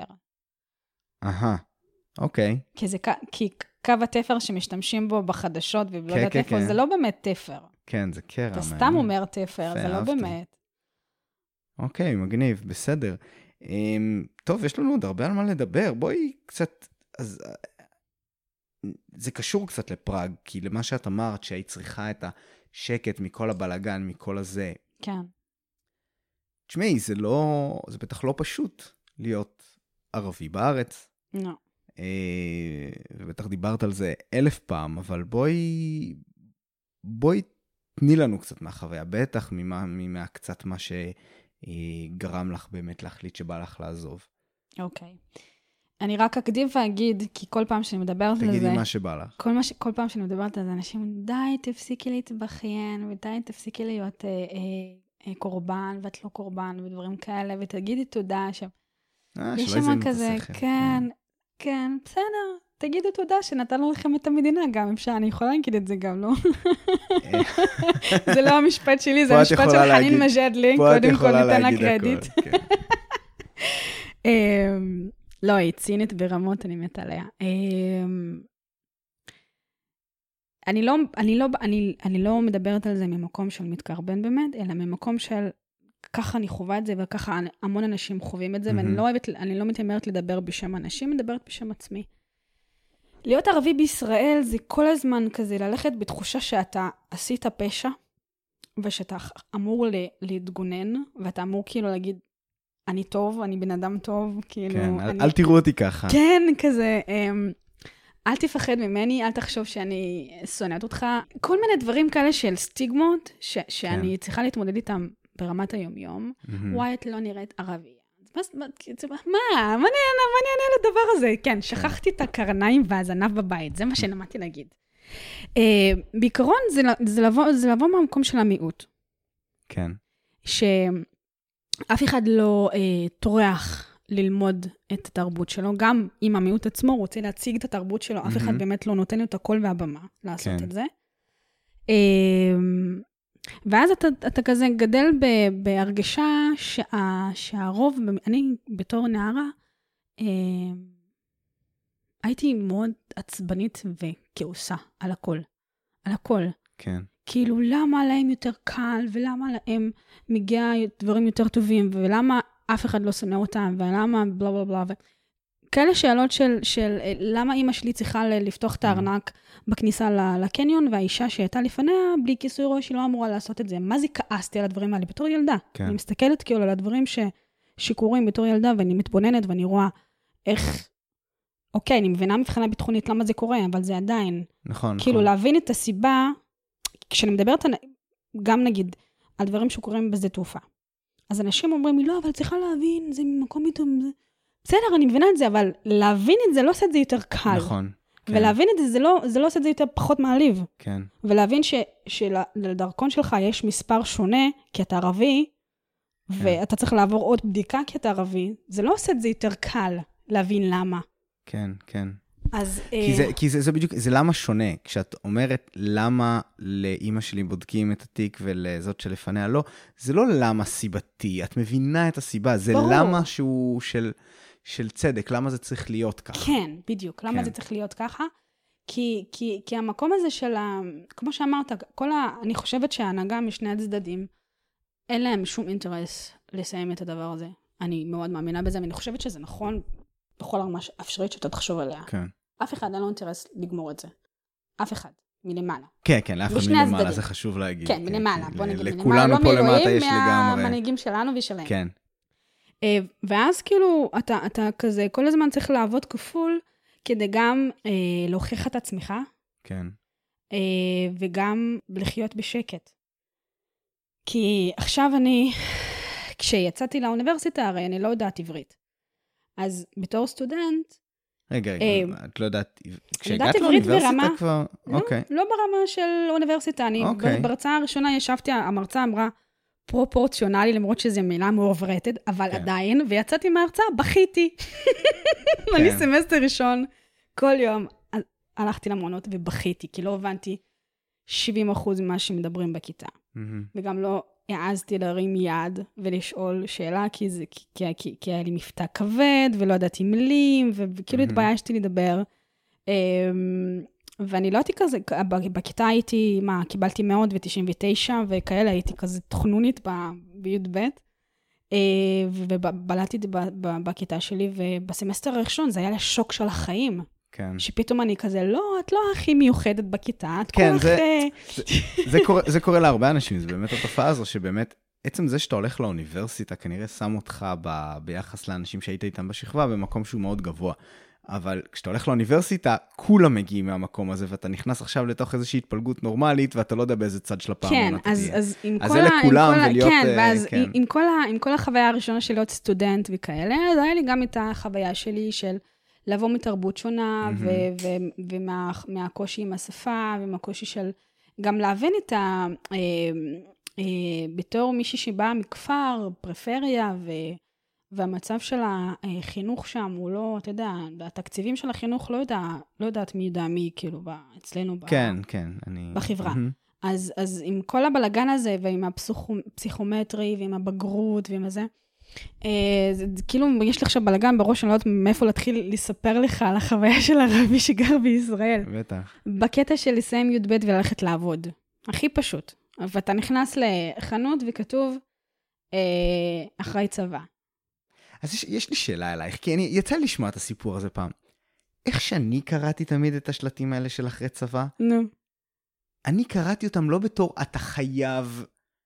אוקיי. כי קו התפר שמשתמשים בו בחדשות ולא יודעת איפה, זה לא באמת תפר. כן, זה קרע. אתה סתם אומר תפר, זה לא באמת. אוקיי, מגניב, בסדר. טוב, יש לנו עוד הרבה על מה לדבר. בואי קצת, אז זה קשור קצת לפראג, כי למה שאת אמרת, שהיית צריכה את השקט מכל הבלגן, מכל הזה. כן. תשמעי, זה בטח לא פשוט להיות ערבי בארץ. לא. ובטח דיברת על זה 1000 פעם, אבל בואי תני לנו קצת מהחוויה, בטח קצת מה שגרם לך באמת להחליט שבא לך לעזוב. אוקיי. אני רק אקדים ואגיד, כי כל פעם שאני מדברת על זה... תגידי מה שבא לך. כל פעם שאני מדברת על זה, אנשים, די, תפסיקי להתבכיין, ודי, תפסיקי להיות קורבן, ואת לא קורבן, ודברים כאלה, ותגידי תודה שם. יש שם כזה, כן, בסדר. תגידו תודה שנתנו לכם את המדינה גם, אפשר, אני יכולה להגיד את זה גם, לא? זה לא המשפט שלי, זה המשפט של חנין מג'דלי, קודם כל ניתן לה קרדיט. לא, היא צינית ברמות, אני מתה עליה. אני לא מדברת על זה ממקום של מתקרבן באמת, אלא ממקום של ככה אני חווה את זה, וככה המון אנשים חווים את זה, ואני לא מתיימרת לדבר בשם אנשים, מדברת בשם עצמי. להיות ערבי בישראל זה כל הזמן כזה ללכת בתחושה שאתה עשית פשע, ושאתה אמור להתגונן, ואתה אמור כאילו להגיד, אני טוב, אני בן אדם טוב, כאילו... כן, אל תראו אותי ככה. כן, כזה, אל תפחד ממני, אל תחשוב שאני שונאת אותך. כל מיני דברים כאלה של סטיגמות, שאני צריכה להתמודד איתם ברמת היום-יום. וואי, את לא נראית ערבייה. מה אני אענה לדבר הזה? כן, שכחתי את הקרניים והזנב בבית, זה מה שנמדתי להגיד. בעיקרון, זה לבוא מהמקום של המיעוט. כן. שאף אחד לא טורח ללמוד את התרבות שלו, גם אם המיעוט עצמו רוצה להציג את התרבות שלו, אף אחד באמת לא נותן לו את הקול והבמה לעשות את זה. ואז אתה כזה גדל בהרגשה שהרוב, אני בתור נערה, הייתי מאוד עצבנית וכעוסה על הכל. על הכל. כן. כאילו, למה להם יותר קל, ולמה להם מגיע דברים יותר טובים, ולמה אף אחד לא שונא אותם, ולמה בלה בלה בלה. כאלה שאלות של למה אמא שלי צריכה לפתוח את הארנק בכניסה לקניון, והאישה שהייתה לפניה, בלי כיסוי ראש, היא לא אמורה לעשות את זה. מה זה כעסתי על הדברים האלה בתור ילדה? כן. אני מסתכלת כאילו על הדברים שקורים בתור ילדה, ואני מתבוננת ואני רואה איך, אוקיי, אני מבינה מבחינה ביטחונית למה זה קורה, אבל זה עדיין. נכון. כאילו להבין את הסיבה, כשאני מדברת גם נגיד על דברים שקורים בזה תעופה. אז אנשים אומרים לי, לא, אבל צריכה להבין, זה ממקום יותר... בסדר, אני מבינה את זה, אבל להבין את זה לא עושה את זה יותר קל. נכון. ולהבין את זה, זה לא עושה את זה יותר פחות מעליב. כן. ולהבין שלדרכון שלך יש מספר שונה, כי אתה ערבי, ואתה צריך לעבור עוד בדיקה כי אתה ערבי, זה לא עושה את זה יותר קל להבין למה. כן, כן. אז... כי זה בדיוק, זה למה שונה. כשאת אומרת למה לאמא שלי בודקים את התיק ולזאת שלפניה לא, זה לא למה סיבתי, את מבינה את הסיבה, זה למה שהוא של צדק, למה זה צריך להיות ככה. כן, בדיוק, למה זה צריך להיות ככה? כי המקום הזה של, כמו שאמרת, אני חושבת שההנהגה משני הצדדים, אין להם שום אינטרס לסיים את הדבר הזה. אני מאוד מאמינה בזה, ואני חושבת שזה נכון בכל הרמה אפשרית שאתה תחשוב עליה. כן. אף אחד אין לו אינטרס לגמור את זה. אף אחד. מלמעלה. כן, כן, לאף אחד מלמעלה, זה חשוב להגיד. כן, מלמעלה. בוא נגיד מלמעלה. לכולנו פה למטה יש לגמרי. מהמנהיגים שלנו ושלהם. כן. ואז כאילו, אתה כזה, כל הזמן צריך לעבוד כפול, כדי גם להוכיח את עצמך. כן. וגם לחיות בשקט. כי עכשיו כשיצאתי לאוניברסיטה, הרי אני לא יודעת עברית. אז בתור סטודנט... רגע, את לא יודעת... כשהגעת לאוניברסיטה כבר... לא ברמה של אוניברסיטה. אני בהרצאה הראשונה ישבתי, המרצה אמרה פרופורציונלי, למרות שזו מילה מעוברתת, אבל עדיין, ויצאתי מההרצאה, בכיתי. אני סמסטר ראשון, כל יום הלכתי למעונות ובכיתי, כי לא הבנתי 70% ממה שמדברים בכיתה. וגם לא העזתי להרים יד ולשאול שאלה, כי היה לי מבטא כבד, ולא ידעתי מילים, וכאילו התביישתי לדבר. ואני לא הייתי כזה, בכיתה הייתי, קיבלתי 199, וכאלה הייתי כזה תכנונית בי"ב, ובלעתי בכיתה שלי, ובסמסטר הראשון זה היה לי שוק של החיים. כן. שפתאום אני כזה, לא, את לא הכי מיוחדת בכיתה, את כן, כל זה קורה להרבה אנשים, זה באמת התופעה הזו, שבאמת, עצם זה שאתה הולך לאוניברסיטה, כנראה שם אותך ביחס לאנשים שהיית איתם בשכבה, במקום שהוא מאוד גבוה. אבל כשאתה הולך לאוניברסיטה, כולם מגיעים מהמקום הזה, ואתה נכנס עכשיו לתוך איזושהי התפלגות נורמלית, ואתה לא יודע באיזה צד של הפעמון אתה תהיה. אז זה לכולם ולהיות... כן, ואז עם כל החוויה הראשונה של להיות סטודנט וכאלה, אז היה לי גם את החוויה שלי של לבוא מתרבות שונה, ומהקושי עם השפה, ומהקושי של גם להבין את בתור מישהי שבאה מכפר, פריפריה, והמצב של החינוך שם הוא לא, אתה יודע, התקציבים של החינוך לא יודעת מי יודע מי, כאילו, אצלנו בחברה. אז עם כל הבלגן הזה, ועם הפסיכומטרי, ועם הבגרות, ועם הזה, כאילו, יש לי עכשיו בלגן בראש, אני לא יודעת מאיפה להתחיל לספר לך על החוויה של הרבי שגר בישראל. בטח. בקטע של לסיים י"ב וללכת לעבוד. הכי פשוט. ואתה נכנס לחנות וכתוב, אחרי צבא. אז יש לי שאלה אלייך, כי יצא לי לשמוע את הסיפור הזה פעם. איך שאני קראתי תמיד את השלטים האלה של אחרי צבא? נו. אני קראתי אותם לא בתור, אתה חייב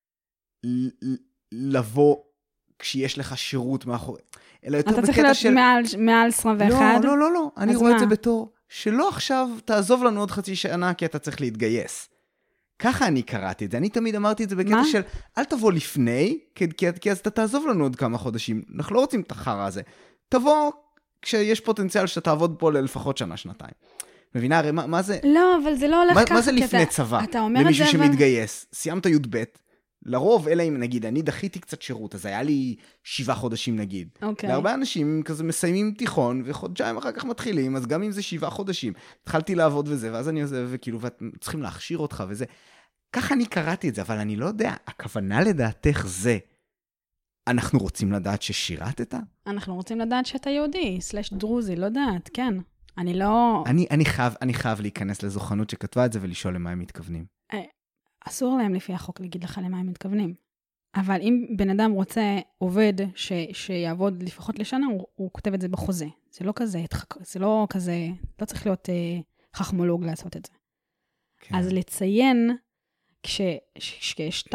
לבוא כשיש לך שירות מאחורי, אלא יותר אתה צריך להיות מעל 21? לא. אני רואה את זה בתור, שלא עכשיו תעזוב לנו עוד חצי שנה, כי אתה צריך להתגייס. ככה אני קראתי את זה, אני תמיד אמרתי את זה בקטע של, אל תבוא לפני, כי אז אתה תעזוב לנו עוד כמה חודשים, אנחנו לא רוצים את החרא הזה, תבוא כשיש פוטנציאל שאתה תעבוד פה ללפחות שנה, שנתיים. מבינה, הרי מה זה? לא, אבל זה לא הולך ככה. מה זה לפני צבא? למישהו שמתגייס, סיימת י"ב, לרוב, אלא אם נגיד, אני דחיתי קצת שירות, אז היה לי 7 חודשים נגיד. להרבה אנשים כזה מסיימים תיכון, וחודשיים אחר כך מתחילים, אז גם אם זה 7 חודשים, התחלתי לעבוד וזה, ואז אני עוזב, וכאילו, צריכים להכשיר אותך וזה. ככה אני קראתי את זה, אבל אני לא יודע, הכוונה לדעתך זה, אנחנו רוצים לדעת ששירתת? אנחנו רוצים לדעת שאתה יהודי, /דרוזי, לא יודעת, כן. אני לא... אני חייב להיכנס לזו חנות שכתבה את זה, ולשאול למה הם מתכוונים. אסור להם לפי החוק להגיד לך למה הם מתכוונים. אבל אם בן אדם רוצה עובד שיעבוד לפחות לשנה, הוא כותב את זה בחוזה. זה לא כזה, לא צריך להיות חכמולוג לעשות את זה. כן. אז לציין, כש2.5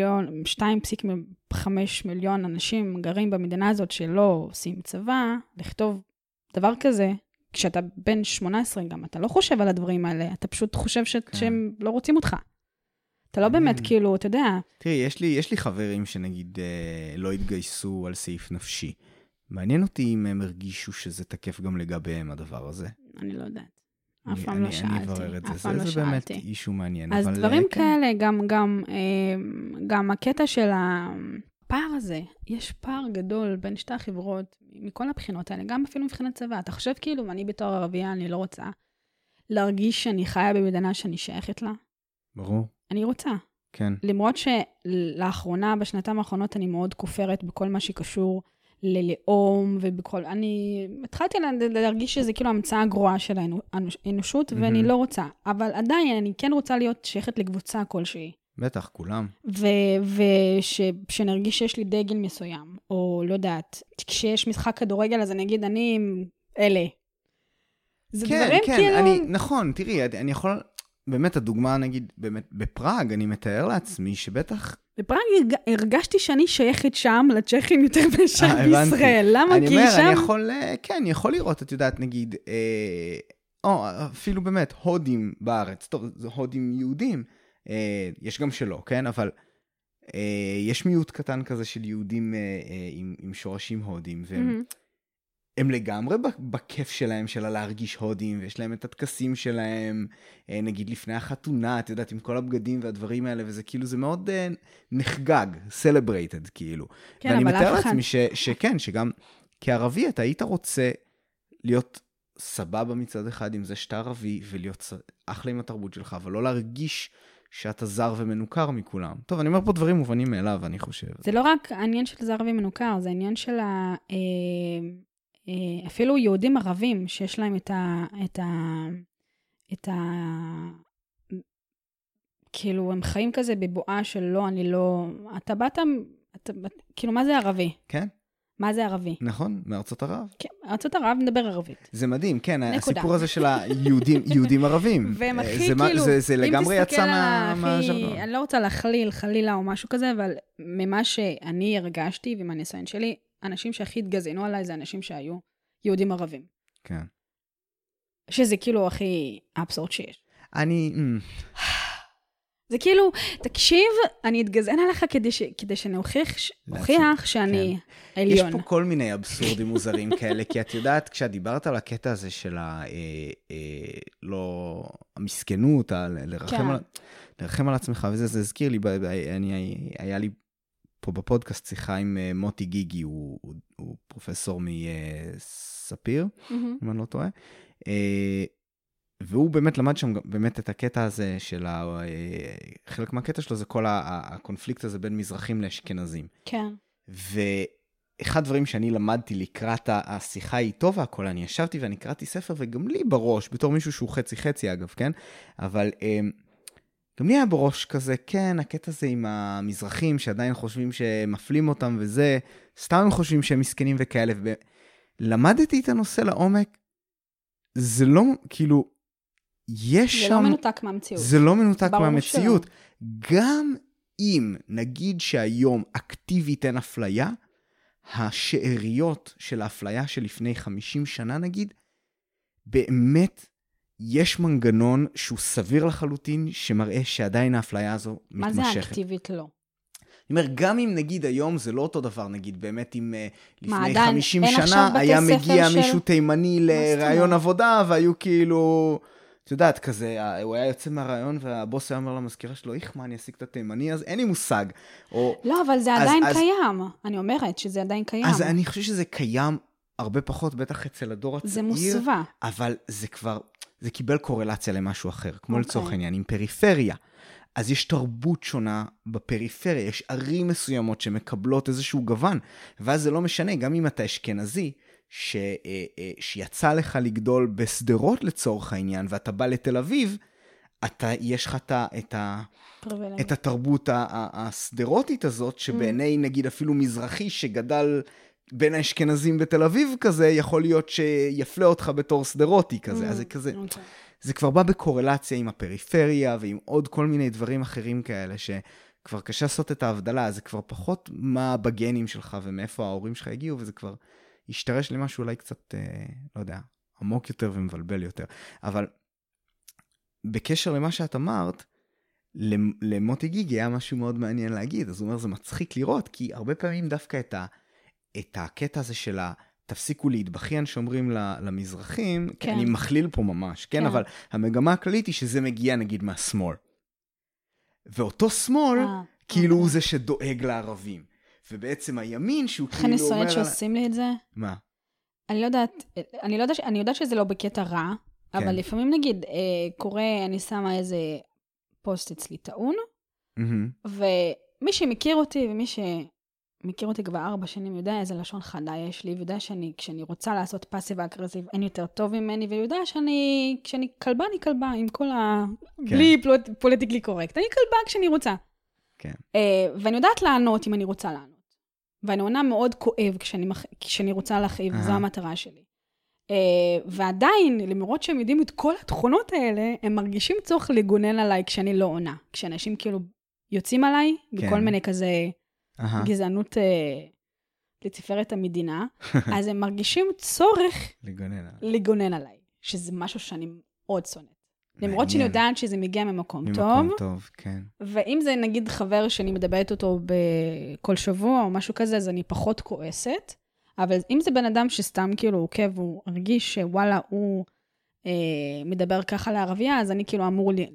מיליון אנשים גרים במדינה הזאת שלא עושים צבא, לכתוב דבר כזה, כשאתה בן 18 גם, אתה לא חושב על הדברים האלה, אתה פשוט חושב שהם לא רוצים אותך. אתה לא באמת, כאילו, אתה יודע. תראי, יש לי חברים שנגיד לא התגייסו על סעיף נפשי. מעניין אותי אם הם הרגישו שזה תקף גם לגביהם הדבר הזה. אני לא יודעת. אף פעם לא שאלתי. אני אברר את זה. זה באמת אישו מעניין. אז דברים כאלה, גם הקטע של הפער הזה, יש פער גדול בין שתי החברות, מכל הבחינות האלה, גם אפילו מבחינת צבא. אתה חושב כאילו, אני בתור ערבייה, אני לא רוצה להרגיש שאני חיה במדינה שאני שייכת לה. ברור. אני רוצה. כן. למרות שלאחרונה, בשנתיים האחרונות, אני מאוד כופרת בכל מה שקשור ללאום, אני התחלתי להרגיש שזה כאילו המצאה גרועה של האנושות, ואני לא רוצה. אבל עדיין, אני כן רוצה להיות שייכת לקבוצה כלשהי. בטח, כולם. ושנרגיש שיש לי דגל מסוים, או לא יודעת, כשיש משחק כדורגל, אז אני אגיד, אני אלה. זה דברים כאילו... נכון, תראי, אני יכול... באמת, הדוגמה, נגיד, באמת, בפראג, אני מתאר לעצמי שבטח... בפראג הרגשתי שאני שייכת שם לצ'כים יותר מאשר בישראל. למה? כי שם... אני יכול לראות, את יודעת, נגיד, או אפילו באמת, הודים בארץ, טוב, זה הודים יהודים, יש גם שלא, כן? אבל יש מיעוט קטן כזה של יהודים עם שורשים הודים, והם לגמרי בכיף שלהם, של להרגיש הודים, ויש להם את הטקסים שלהם, נגיד לפני החתונה, את יודעת, עם כל הבגדים והדברים האלה, וזה כאילו, זה מאוד נחגג, celebrated, כאילו. כן, ואני אבל מתאר אף אחד. לעצמי שכן, שגם כערבי אתה היית רוצה להיות סבבה מצד אחד עם זה שאתה ערבי, ולהיות אחלה עם התרבות שלך, אבל לא להרגיש שאתה זר ומנוכר מכולם. טוב, אני אומר פה דברים מובנים מאליו, אני חושב. זה לא רק העניין של זר ומנוכר, זה העניין של אפילו יהודים ערבים, שיש להם כאילו, הם חיים כזה בבועה של לא, אני לא, אתה באת, כאילו, מה זה ערבי? כן? מה זה ערבי? נכון, מארצות ערב. כן, ארצות ערב מדבר ערבית. זה מדהים, כן, נקודה. הסיפור הזה של היהודים ערבים. והם הכי זה כאילו, זה לגמרי יצא מהז'רגון. אני לא רוצה להכליל, חלילה או משהו כזה, אבל ממה שאני הרגשתי ומהניסיון שלי, אנשים שהכי התגזענו עליי זה אנשים שהיו יהודים ערבים. כן. שזה כאילו הכי אבסורד שיש. אני... זה כאילו, תקשיב, אני אתגזען עליך כדי שאני אוכיח שאני עליון. יש פה כל מיני אבסורדים מוזרים כאלה, כי את יודעת, כשאת דיברת על הקטע הזה של המסכנות, לרחם על עצמך, וזה הזכיר לי, היה לי פה בפודקאסט שיחה עם מוטי גיגי, הוא פרופסור מספיר, אם אני לא טועה, והוא באמת למד שם באמת את הקטע הזה של חלק מהקטע שלו זה כל הקונפליקט הזה בין מזרחים לאשכנזים. כן. ואחד הדברים שאני למדתי לקראת השיחה איתו והכל, אני ישבתי ואני קראתי ספר וגם לי בראש, בתור מישהו שהוא חצי אגב, כן? אבל גם לי היה בראש כזה, כן, הקטע הזה עם המזרחים שעדיין חושבים שמפלים אותם וזה, סתם הם חושבים שהם מסכנים וכאלה, ולמדתי את הנושא לעומק, זה לא, כאילו, יש שם... זה לא מנותק מהמציאות. זה לא מנותק מהמציאות. גם אם נגיד שהיום אקטיבית אין אפליה, השאריות של האפליה שלפני 50 שנה נגיד, באמת יש מנגנון שהוא סביר לחלוטין, שמראה שעדיין האפליה הזו מתמשכת. מה זה אקטיבית לא? אני אומר, גם אם נגיד היום זה לא אותו דבר, נגיד באמת אם לפני 50 שנה היה מגיע מישהו תימני לרעיון עבודה, והיו כאילו, את יודעת, כזה, הוא היה יוצא מהרעיון, והבוס היה אומר למזכירה שלו, איך מה, אני אשיג את התימני, אז אין לי מושג. לא, אבל זה עדיין קיים. אני אומרת שזה עדיין קיים. אז אני חושב שזה קיים הרבה פחות, בטח אצל הדור הצעיר. זה מוסווה. אבל זה כבר, זה קיבל קורלציה למשהו אחר, כמו לצורך העניין, עם פריפריה. אז יש תרבות שונה בפריפריה, יש ערים מסוימות שמקבלות איזשהו גוון, ואז זה לא משנה, גם אם אתה אשכנזי, שיצא לך לגדול בסדרות לצורך העניין, ואתה בא לתל אביב, יש לך את התרבות הסדרותית הזאת, שבעיני נגיד אפילו מזרחי שגדל בין האשכנזים בתל אביב כזה, יכול להיות שיפלה אותך בתור סדרותי כזה, אז זה כזה... זה כבר בא בקורלציה עם הפריפריה, ועם עוד כל מיני דברים אחרים כאלה, שכבר קשה לעשות את ההבדלה, זה כבר פחות מה בגנים שלך, ומאיפה ההורים שלך הגיעו, וזה כבר ישתרש למשהו אולי קצת, לא יודע, עמוק יותר ומבלבל יותר. אבל בקשר למה שאת אמרת, למוטי גיגי היה משהו מאוד מעניין להגיד, אז הוא אומר, זה מצחיק לראות, כי הרבה פעמים דווקא את הקטע הזה של תפסיקו להתבכיין שאומרים למזרחים, כן. אני מכליל פה ממש, כן? אבל המגמה הכללית היא שזה מגיע נגיד מהשמאל. ואותו שמאל, כאילו הוא זה שדואג לערבים. ובעצם הימין שהוא כאילו אומר... איך אני שונאת שעושים לי את זה? מה? אני יודעת שזה לא בקטע רע, אבל לפעמים נגיד, קורה, אני שמה איזה פוסט אצלי טעון, ומי שמכיר אותי ומי מכיר אותי כבר 4 שנים, יודע איזה לשון חדה יש לי, ויודע כשאני רוצה לעשות פאסיב אגרסיב, אין יותר טוב ממני, ויודע כשאני כלבה, אני כלבה, עם כל בלי פוליטיקלי קורקט. אני כלבה כשאני רוצה. כן. ואני יודעת לענות אם אני רוצה לענות. ואני עונה מאוד כואב כשאני רוצה להכאיב, זו המטרה שלי. ועדיין, למרות שהם יודעים את כל התכונות האלה, הם מרגישים צורך לגונן עליי כשאני לא עונה. כשאנשים כאילו יוצאים עליי, בכל מיני כזה... גזענות לתפארת המדינה, אז הם מרגישים צורך לגונן עליי. שזה משהו שאני מאוד שונאת. למרות שאני יודעת שזה מגיע ממקום טוב. ממקום טוב, כן. ואם זה נגיד חבר שאני מדברת אותו בכל שבוע או משהו כזה, אז אני פחות כועסת. אבל אם זה בן אדם שסתם כאילו עוקב, הוא הרגיש שוואלה, הוא מדבר ככה לערבייה, אז אני כאילו אמור לי...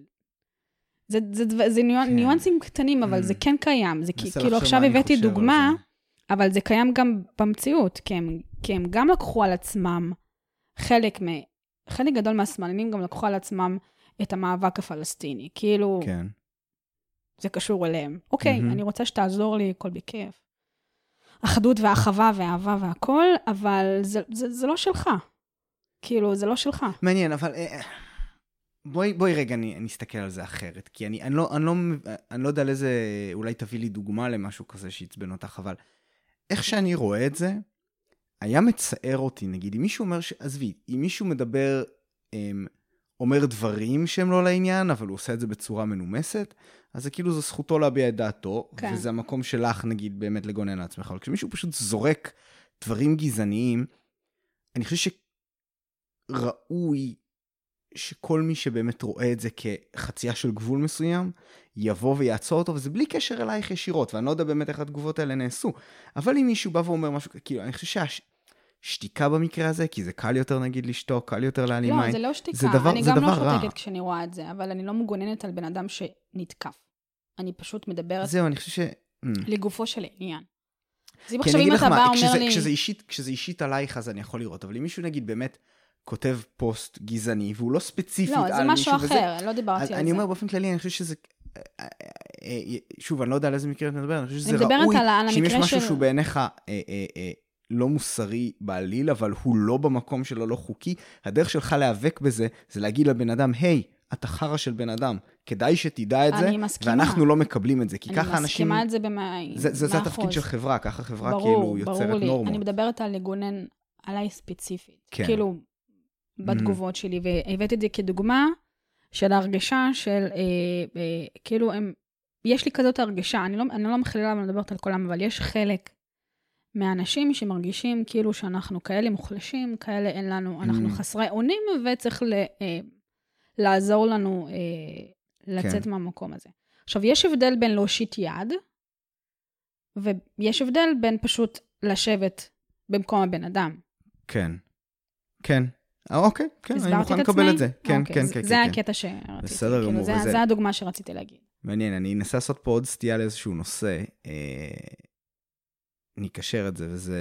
זה ניואנסים קטנים, אבל זה כן קיים. זה כאילו עכשיו הבאתי דוגמה, אבל זה קיים גם במציאות, כי הם גם לקחו על עצמם חלק גדול מהשמאלנים גם לקחו על עצמם את המאבק הפלסטיני. כאילו, זה קשור אליהם. אוקיי, אני רוצה שתעזור לי, הכל בכיף. אחדות והאחווה והאהבה והכל, אבל זה לא שלך. כאילו, זה לא שלך. מעניין, אבל בואי רגע נסתכל על זה אחרת, כי אני לא יודע לאיזה, אולי תביא לי דוגמה למשהו כזה שיצבן אותך, אבל איך שאני רואה את זה, היה מצער אותי, נגיד, אם מישהו אומר, עזבי, אם מישהו מדבר, אומר דברים שהם לא לעניין, אבל הוא עושה את זה בצורה מנומסת, אז זה כאילו זו זכותו להביע את דעתו, וזה המקום שלך, נגיד, באמת לגונן לעצמך. אבל כשמישהו פשוט זורק דברים גזעניים, אני חושב שראוי שכל מי שבאמת רואה את זה כחצייה של גבול מסוים, יבוא ויעצור אותו, וזה בלי קשר אלייך ישירות, ואני לא יודע באמת איך התגובות האלה נעשו. אבל אם מישהו בא ואומר משהו, כאילו, אני חושב שהשתיקה במקרה הזה, כי זה קל יותר נגיד לשתוק, קל יותר להעלים מים. לא, זה לא שתיקה. אני גם לא שותקת כשאני רואה את זה, אבל אני לא מגוננת על בן אדם שנתקף. אני פשוט מדברת... זהו, אני חושב לגופו של עניין. כי אני אגיד לך מה, כשזה אישית עלייך, אז אני יכול לראות, אבל אם מישהו נגיד באמת כותב פוסט גזעני, והוא לא ספציפית על מישהו וזה... לא, זה משהו אחר, לא דיברתי על זה. אני אומר באופן כללי, אני חושב שזה... שוב, אני לא יודע על איזה מקרה אתה מדבר, אני חושב שזה ראוי, שאם יש משהו שהוא בעיניך לא מוסרי בעליל, אבל הוא לא במקום שלו לא חוקי, הדרך שלך להיאבק בזה, זה להגיד לבן אדם, היי, אתה חרא של בן אדם, כדאי שתדע את זה, ואנחנו לא מקבלים את זה, כי ככה אנשים... אני מסכימה את זה זה התפקיד של חברה, ככה חברה כאילו יוצרת נורמות. אני מדברת על לגונן עליי ספציפית, כאילו בתגובות שלי, והבאתי את זה כדוגמה של ההרגשה של, כאילו יש לי כזאת הרגשה, אני לא מכלילה ואני מדברת על כולם, אבל יש חלק מהאנשים שמרגישים כאילו שאנחנו כאלה מוחלשים, כאלה אין לנו, אנחנו חסרי אונים, וצריך לעזור לנו לצאת מהמקום הזה. עכשיו, יש הבדל בין להושיט יד, ויש הבדל בין פשוט לשבת במקום הבן אדם. כן, כן. אוקיי, כן, אני מוכן לקבל את זה. כן, כן, כן. זה הקטע שרציתי. בסדר גמור. זה הדוגמה שרציתי להגיד. מעניין, אני אנסה לעשות פה עוד סטייה לאיזשהו נושא. אני אקשר את זה, וזה...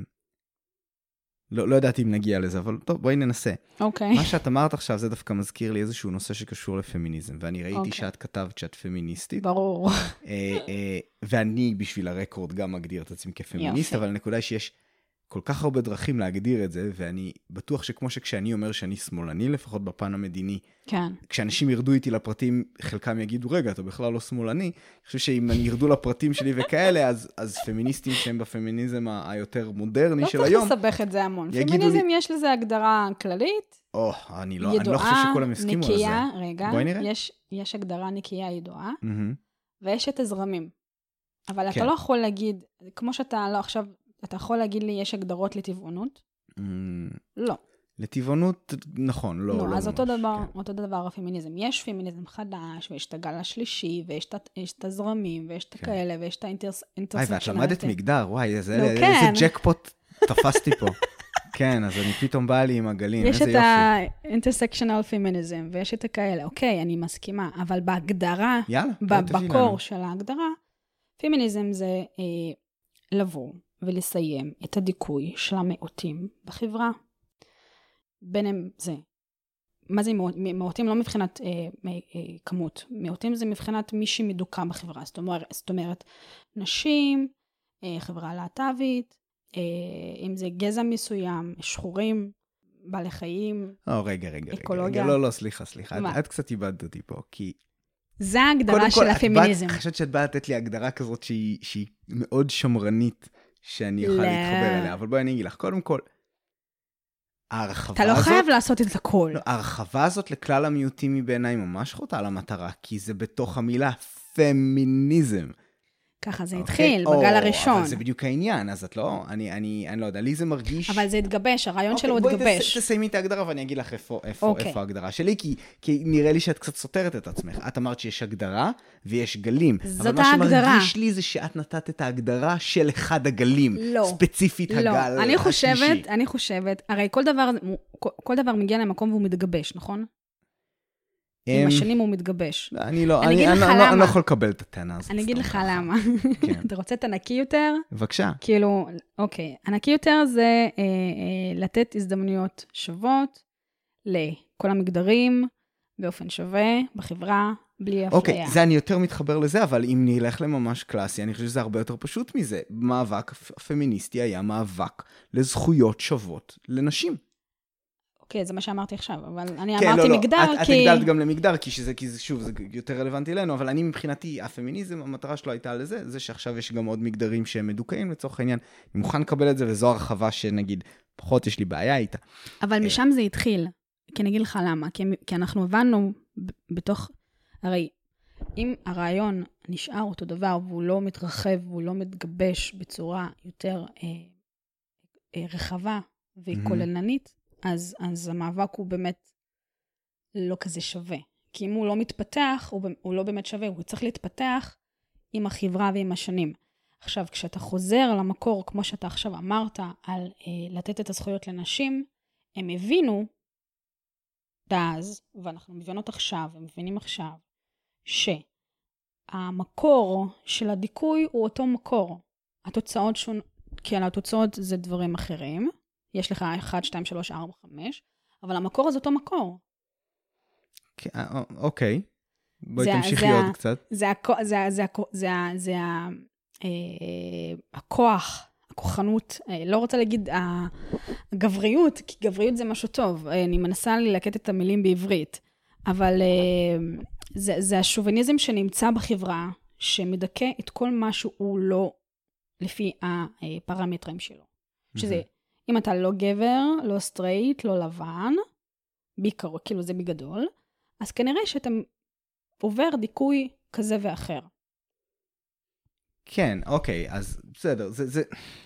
לא ידעתי אם נגיע לזה, אבל טוב, בואי ננסה. אוקיי. מה שאת אמרת עכשיו, זה דווקא מזכיר לי איזשהו נושא שקשור לפמיניזם, ואני ראיתי שאת כתבת שאת פמיניסטית. ברור. ואני בשביל הרקורד גם מגדיר את עצמי כפמיניסט, אבל הנקודה היא שיש כל כך הרבה דרכים להגדיר את זה, ואני בטוח שכמו שכשאני אומר שאני שמאלני, לפחות בפן המדיני, כן. כשאנשים ירדו איתי לפרטים, חלקם יגידו, רגע, אתה בכלל לא שמאלני. אני חושב שאם אני ירדו לפרטים שלי וכאלה, אז פמיניסטים שהם בפמיניזם היותר מודרני של היום, לא צריך לסבך את זה המון. פמיניזם יש לזה הגדרה כללית, אני לא חושב שכולם הסכימו על זה. נקייה, רגע, בואי נראה. יש הגדרה נקייה ידועה, ויש את הזרמים. אבל אתה לא יכול להגיד, כמו שאתה לא עכשיו, אתה יכול להגיד לי, יש הגדרות לטבעונות? לא. לטבעונות, נכון, לא. אז אותו דבר הפמיניזם. יש פמיניזם חדש, ויש את הגל השלישי, ויש את הזרמים, ואת כאלה, ויש את האינטרסקשנל. ואת למדת מגדר, וואי, איזה ג'קפוט תפסתי פה. כן, אז אני פתאום באה לי עם הגלים, איזה יופי. יש את האינטרסקשנל פמיניזם, ויש את הכאלה. אוקיי, אני מסכימה, אבל בהגדרה, בקור של ההגדרה, פמיניזם זה לבוא ולסיים את הדיכוי של המיעוטים בחברה. ביניהם זה. מה זה מיעוטים? לא מבחינת כמות. מיעוטים זה מבחינת מי שמדוכא בחברה. זאת אומרת, נשים, חברה להט"בית, אם זה גזע מסוים, שחורים, בעלי חיים, רגע. לא, סליחה. את קצת איבדת אותי פה, כי... זה ההגדרה של הפמיניזם. חשבת שאת באה לתת לי הגדרה כזאת שהיא מאוד שמרנית, שאני אוכל להתחבר אליה, אבל בואי אני אגיד לך, קודם כל, אתה לא חייב לעשות את הכל. ההרחבה הזאת לכלל המיעוטים היא בעיניי ממש חוטאה למטרה, כי זה בתוך המילה פמיניזם. ככה זה התחיל, בגל הראשון. אבל זה בדיוק העניין, אז את לא, אני לא יודע, לי זה מרגיש... אבל זה התגבש, הרעיון שלו התגבש. בואי תסיימי את ההגדרה, ואני אגיד לך איפה ההגדרה שלי, כי נראה לי שאת קצת סותרת את עצמך. את אמרת שיש הגדרה, ויש גלים. זאת ההגדרה. אבל מה שמרגיש לי זה שאת נתת את ההגדרה של אחד הגלים. לא. ספציפית הגל השלישי. אני חושבת, הרי כל דבר מגיע למקום והוא מתגבש, נכון? עם השנים הוא מתגבש. אני לא יכול לקבל את הטענה הזאת. אני אגיד לך למה. אתה רוצה את הנקי יותר? בבקשה. כאילו, אוקיי. הנקי יותר זה לתת הזדמנויות שוות לכל המגדרים, באופן שווה, בחברה, בלי אפליה. אוקיי, זה אני יותר מתחבר לזה, אבל אם נלך לממש קלאסי, אני חושב שזה הרבה יותר פשוט מזה. מאבק הפמיניסטי היה מאבק לזכויות שוות לנשים. אוקיי, זה מה שאמרתי עכשיו, אבל אני אמרתי מגדר, כי... את הגדלת גם למגדר, כי שוב, זה יותר רלוונטי אלינו, אבל אני מבחינתי, הפמיניזם, המטרה שלו הייתה לזה, זה שעכשיו יש גם עוד מגדרים שהם מדוכאים לצורך העניין, אני מוכן לקבל את זה, וזו הרחבה שנגיד, פחות יש לי בעיה איתה. אבל משם זה התחיל, כי אני אגיד לך למה, כי אנחנו הבנו בתוך, הרי אם הרעיון נשאר אותו דבר, והוא לא מתרחב, והוא לא מתגבש בצורה יותר רחבה וכוללנית, אז המאבק הוא באמת לא כזה שווה. כי אם הוא לא מתפתח, הוא לא באמת שווה, הוא צריך להתפתח עם החברה ועם השנים. עכשיו, כשאתה חוזר למקור, כמו שאתה עכשיו אמרת, על לתת את הזכויות לנשים, הם הבינו, אז, ואנחנו מבינות עכשיו, הם מבינים עכשיו, שהמקור של הדיכוי הוא אותו מקור. התוצאות כי על התוצאות זה דברים אחרים, יש לך 1, 2, 3, 4, 5, אבל המקור הזה אותו מקור. אוקיי. בואי תמשיכי עוד קצת. זה הכוח, הכוחנות, לא רוצה להגיד הגבריות, כי גבריות זה משהו טוב. אני מנסה ללקט את המילים בעברית, אבל זה השוביניזם שנמצא בחברה, שמדכא את כל מה שהוא לא לפי הפרמטרים שלו. שזה... אם אתה לא גבר, לא סטרייט, לא לבן, בעיקר, כאילו זה בגדול, אז כנראה שאתה עובר דיכוי כזה ואחר. כן, אוקיי, אז בסדר, זה...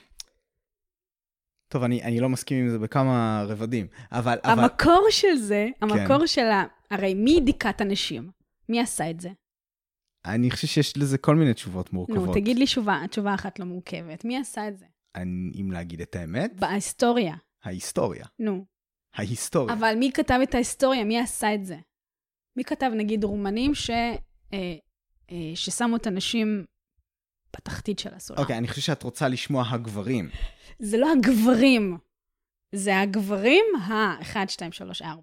טוב, אני לא מסכים עם זה בכמה רבדים, אבל... המקור של זה, המקור של הרי מי דיכא את הנשים? מי עשה את זה? אני חושב שיש לזה כל מיני תשובות מורכבות. נו, תגיד לי תשובה אחת לא מורכבת. מי עשה את זה? אם להגיד את האמת? בהיסטוריה. ההיסטוריה. נו. ההיסטוריה. אבל מי כתב את ההיסטוריה? מי עשה את זה? מי כתב, נגיד, רומנים ששמו את הנשים בתחתית של הסולם? אוקיי, אני חושב שאת רוצה לשמוע הגברים. זה לא הגברים. זה הגברים ה-1, 2, 3, 4.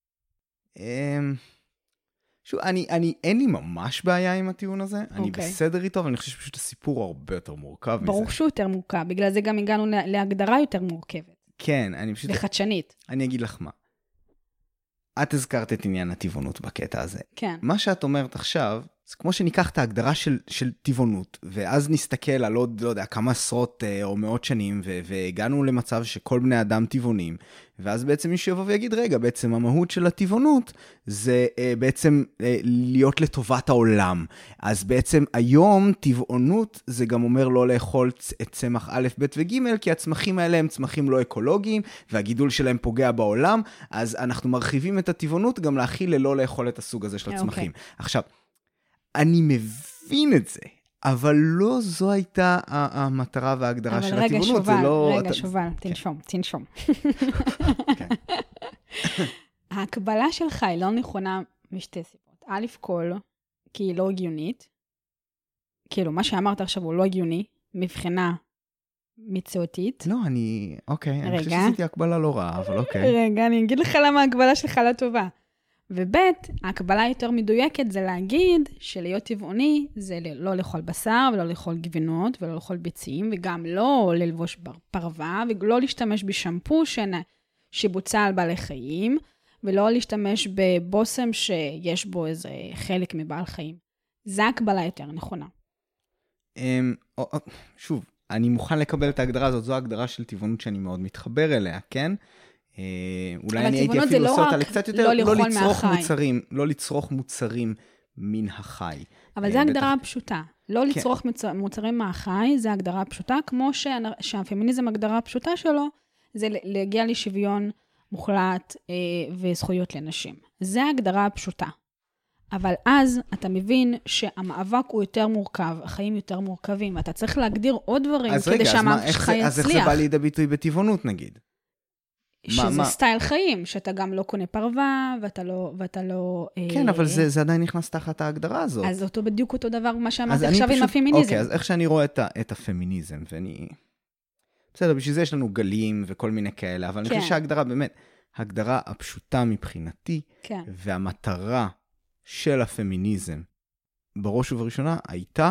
שוב, אין לי ממש בעיה עם הטיעון הזה, אני בסדר איתו, אבל אני חושב שפשוט הסיפור הוא הרבה יותר מורכב מזה. ברור שהוא יותר מורכב, בגלל זה גם הגענו להגדרה יותר מורכבת. כן, אני פשוט... וחדשנית. אני אגיד לך מה. את הזכרת את עניין הטבעונות בקטע הזה. כן. מה שאת אומרת עכשיו, זה כמו שניקח את ההגדרה של טבעונות, ואז נסתכל על עוד, לא יודע, כמה עשרות או מאות שנים, והגענו למצב שכל בני אדם טבעונים, ואז בעצם מישהו יבוא ויגיד, רגע, בעצם המהות של הטבעונות, זה בעצם להיות לטובת העולם. אז בעצם היום טבעונות, זה גם אומר לא לאכול את צמח א', ב' וג', כי הצמחים האלה הם צמחים לא אקולוגיים, והגידול שלהם פוגע בעולם, אז אנחנו מרחיבים את הטבעונות גם להכיל ללא לאכול את הסוג הזה של הצמחים. עכשיו, אני מבין את זה, אבל לא זו הייתה המטרה וההגדרה של הטבעונות. רגע, שובל, תנשום. ההקבלה שלך היא לא נכונה משתי סיבות. א' כל, כי היא לא הגיונית. כאילו, מה שאמרת עכשיו הוא לא הגיוני, מבחינה מציאותית. לא, אני חושב שעשיתי הקבלה לא רעה, אבל אוקיי. רגע, אני אגיד לך למה ההקבלה שלך לא טובה. ובית, ההקבלה היותר מדויקת זה להגיד שלהיות טבעוני זה לא לאכול בשר ולא לאכול גבינות ולא לאכול ביצים וגם לא ללבוש פרווה ולא להשתמש בשמפו שבוצע על בעלי חיים ולא להשתמש בבוסם שיש בו איזה חלק מבעל חיים. זה ההקבלה יותר נכונה. שוב, אני מוכן לקבל את ההגדרה הזאת, זו ההגדרה של טבעונות שאני מאוד מתחבר אליה, כן? אולי אני הייתי אפילו עושה אותה לקצת יותר, לא לצרוך מוצרים מן החי. אבל זו הגדרה פשוטה. לא לצרוך מוצרים מהחי, זה הגדרה פשוטה, כמו שהפמיניזם הגדרה הפשוטה שלו, זה להגיע לשוויון מוחלט וזכויות לנשים. זה ההגדרה הפשוטה. אבל אז אתה מבין שהמאבק הוא יותר מורכב, החיים יותר מורכבים, ואתה צריך להגדיר עוד דברים כדי שהמאבק שלך יצליח. אז איך זה בא לידי ביטוי בטבעונות נגיד? שזה סטייל חיים, שאתה גם לא קונה פרווה, ואתה לא... כן, אבל זה עדיין נכנס תחת ההגדרה הזאת. אז אותו בדיוק אותו דבר, מה שאמרתי עכשיו עם הפמיניזם. אוקיי, אז איך שאני רואה את הפמיניזם, ואני... בסדר, בשביל זה יש לנו גלים וכל מיני כאלה, אבל אני חושב שההגדרה באמת, ההגדרה הפשוטה מבחינתי, והמטרה של הפמיניזם, בראש ובראשונה, הייתה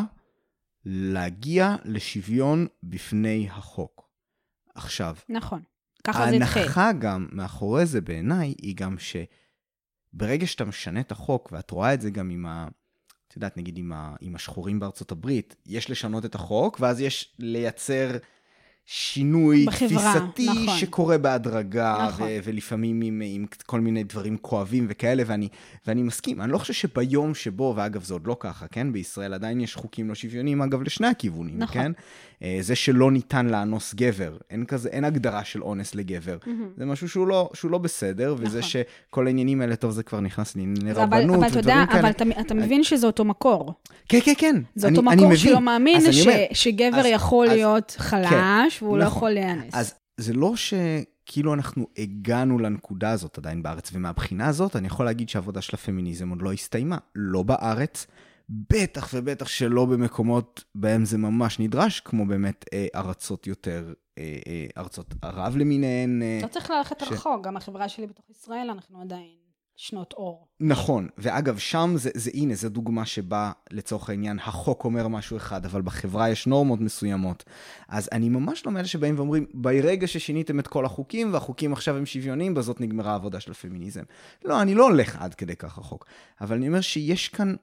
להגיע לשוויון בפני החוק. עכשיו. נכון. ככה זה התחיל. ההנחה גם מאחורי זה בעיניי, היא גם שברגע שאתה משנה את החוק, ואת רואה את זה גם עם את יודעת, נגיד עם השחורים בארצות הברית, יש לשנות את החוק, ואז יש לייצר שינוי בחברה, תפיסתי נכון. שקורה בהדרגה, נכון. ולפעמים עם כל מיני דברים כואבים וכאלה, ואני מסכים. אני לא חושב שביום שבו, ואגב זה עוד לא ככה, כן? בישראל עדיין יש חוקים לא שוויוניים, אגב, לשני הכיוונים, נכון. כן? זה שלא ניתן לאנוס גבר, אין הגדרה של אונס לגבר. זה משהו שהוא לא בסדר, וזה שכל העניינים האלה, טוב, זה כבר נכנס לרבנות ודברים כאלה. אבל אתה מבין שזה אותו מקור. כן, כן, כן. זה אותו מקור שלא מאמין שגבר יכול להיות חלש, והוא לא יכול להיאנס. אז זה לא שכאילו אנחנו הגענו לנקודה הזאת עדיין בארץ, ומהבחינה הזאת אני יכול להגיד שהעבודה של הפמיניזם עוד לא הסתיימה. לא בארץ, בטח ובטח שלא במקומות בהם זה ממש נדרש, כמו באמת ארצות יותר, ארצות ערב למיניהן. לא צריך ללכת רחוק, גם החברה שלי בתוך ישראל, אנחנו עדיין שנות אור. נכון, ואגב שם הנה, זו דוגמה שבה לצורך העניין החוק אומר משהו אחד, אבל בחברה יש נורמות מסוימות. אז אני ממש לא מאלה שבאים ואומרים, ברגע ששיניתם את כל החוקים, והחוקים עכשיו הם שוויוניים, בזאת נגמרה העבודה של הפמיניזם. לא, אני לא הולך עד כדי כך רחוק, אבל אני אומר שיש כאן...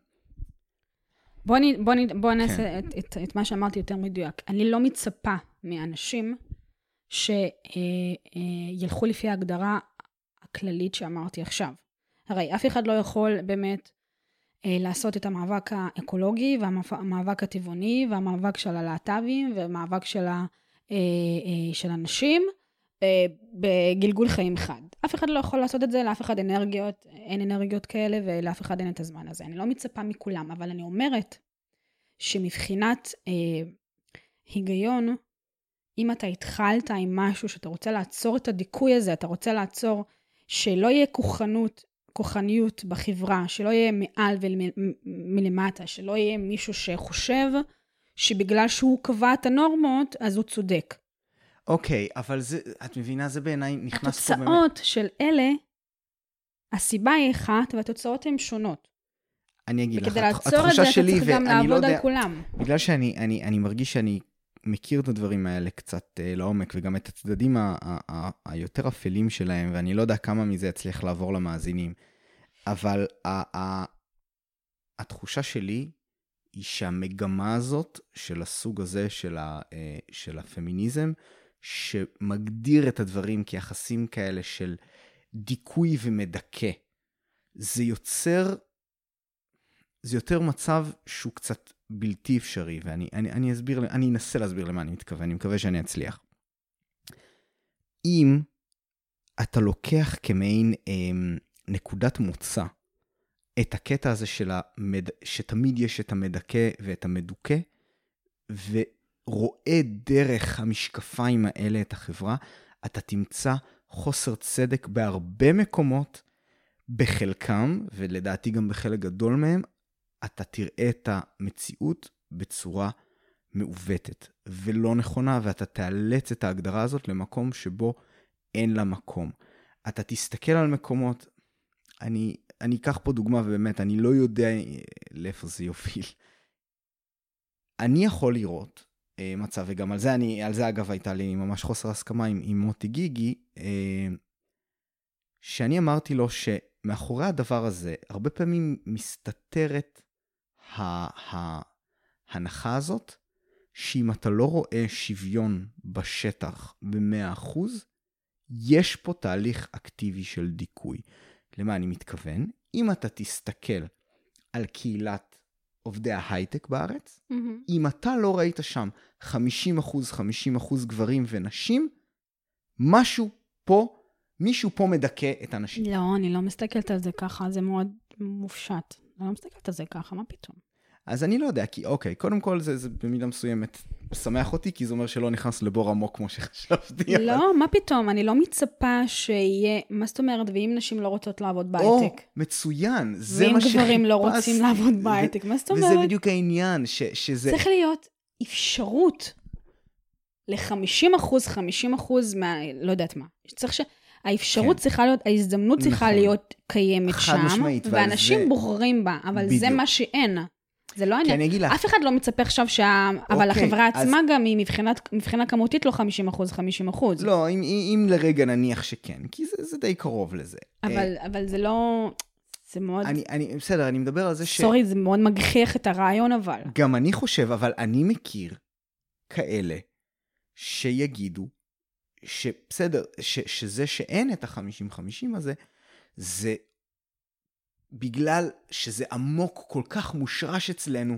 בוא נעשה את מה שאמרתי יותר מדויק. אני לא מצפה מאנשים שילכו לפי ההגדרה הכללית שאמרתי עכשיו. הרי אף אחד לא יכול באמת לעשות את המאבק האקולוגי, והמאבק הטבעוני, והמאבק של הלהט"בים, והמאבק של אנשים, בגלגול חיים אחד. אף אחד לא יכול לעשות את זה, לאף אחד אין אנרגיות כאלה, ולאף אחד אין את הזמן הזה. אני לא מצפה מכולם, אבל אני אומרת שמבחינת היגיון, אם אתה התחלת עם משהו שאתה רוצה לעצור את הדיכוי הזה, אתה רוצה לעצור שלא יהיה כוחניות בחברה, שלא יהיה מעל ומלמטה, שלא יהיה מישהו שחושב שבגלל שהוא קבע את הנורמות, אז הוא צודק. אוקיי, אבל זה, את מבינה, זה בעיניי נכנס פה באמת. התוצאות של אלה, הסיבה היא אחת, והתוצאות הן שונות. אני אגיד לך, וכדי לעצור את זה, אתה צריך גם לעבוד על כולם. בגלל שאני מרגיש שאני מכיר את הדברים האלה קצת לעומק, וגם את הצדדים היותר אפלים שלהם, ואני לא יודע כמה מזה יצליח לעבור למאזינים, אבל התחושה שלי היא שהמגמה הזאת של הסוג הזה של הפמיניזם, שמגדיר את הדברים כיחסים כאלה של דיכוי ומדכא, זה יותר מצב שהוא קצת בלתי אפשרי, ואני אנסה להסביר למה אני מתכוון, אני מקווה שאני אצליח. אם אתה לוקח כמעין נקודת מוצא את הקטע הזה שתמיד יש את המדכא ואת המדוכא, ורואה דרך המשקפיים האלה את החברה, אתה תמצא חוסר צדק בהרבה מקומות, בחלקם, ולדעתי גם בחלק גדול מהם, אתה תראה את המציאות בצורה מעוותת ולא נכונה, ואתה תאלץ את ההגדרה הזאת למקום שבו אין לה מקום. אתה תסתכל על מקומות, אני אקח פה דוגמה, ובאמת, אני לא יודע לאיפה זה יוביל. אני יכול לראות מצב, וגם על זה אגב הייתה לי ממש חוסר הסכמה עם מוטי גיגי, שאני אמרתי לו שמאחורי הדבר הזה, הרבה פעמים מסתתרת ההנחה הזאת, שאם אתה לא רואה שוויון בשטח ב100%, יש פה תהליך אקטיבי של דיכוי. למה אני מתכוון? אם אתה תסתכל על קהילת עובדי ההייטק בארץ, אם אתה לא ראית שם 50% גברים ונשים, מישהו פה מדכא את הנשים. לא, אני לא מסתכלת על זה ככה, זה מאוד מופשט. אני לא מסתכלת על זה ככה, מה פתאום? אז אני לא יודע, כי אוקיי, קודם כל זה במידה מסוימת משמח אותי, כי זה אומר שלא נכנס לבור עמוק כמו שחשבתי. לא, מה פתאום? אני לא מצפה שיהיה, מה זאת אומרת, ואם נשים לא רוצות לעבוד בהייטק? מצוין, זה מה שחיפש. ואם גברים לא רוצים לעבוד בהייטק, מה זאת אומרת? וזה בדיוק העניין, שזה... צריך להיות אפשרות ל-50%, 50% לא יודעת מה. צריך האפשרות צריכה להיות, ההזדמנות צריכה להיות קיימת שם, ואנשים בוחרים בה, אבל זה מה שאין. זה לא העניין. אף אחד לא מצפה עכשיו אבל החברה עצמה גם היא מבחינה כמותית לא 50%, 50%. לא, אם לרגע נניח שכן, כי זה די קרוב לזה. אבל זה לא... זה מאוד... בסדר, אני מדבר על זה סורי, זה מאוד מגחיך את הרעיון אבל. גם אני חושב, אבל אני מכיר כאלה שיגידו שבסדר, שזה שאין את ה-50-50 הזה, זה בגלל שזה עמוק כל כך מושרש אצלנו,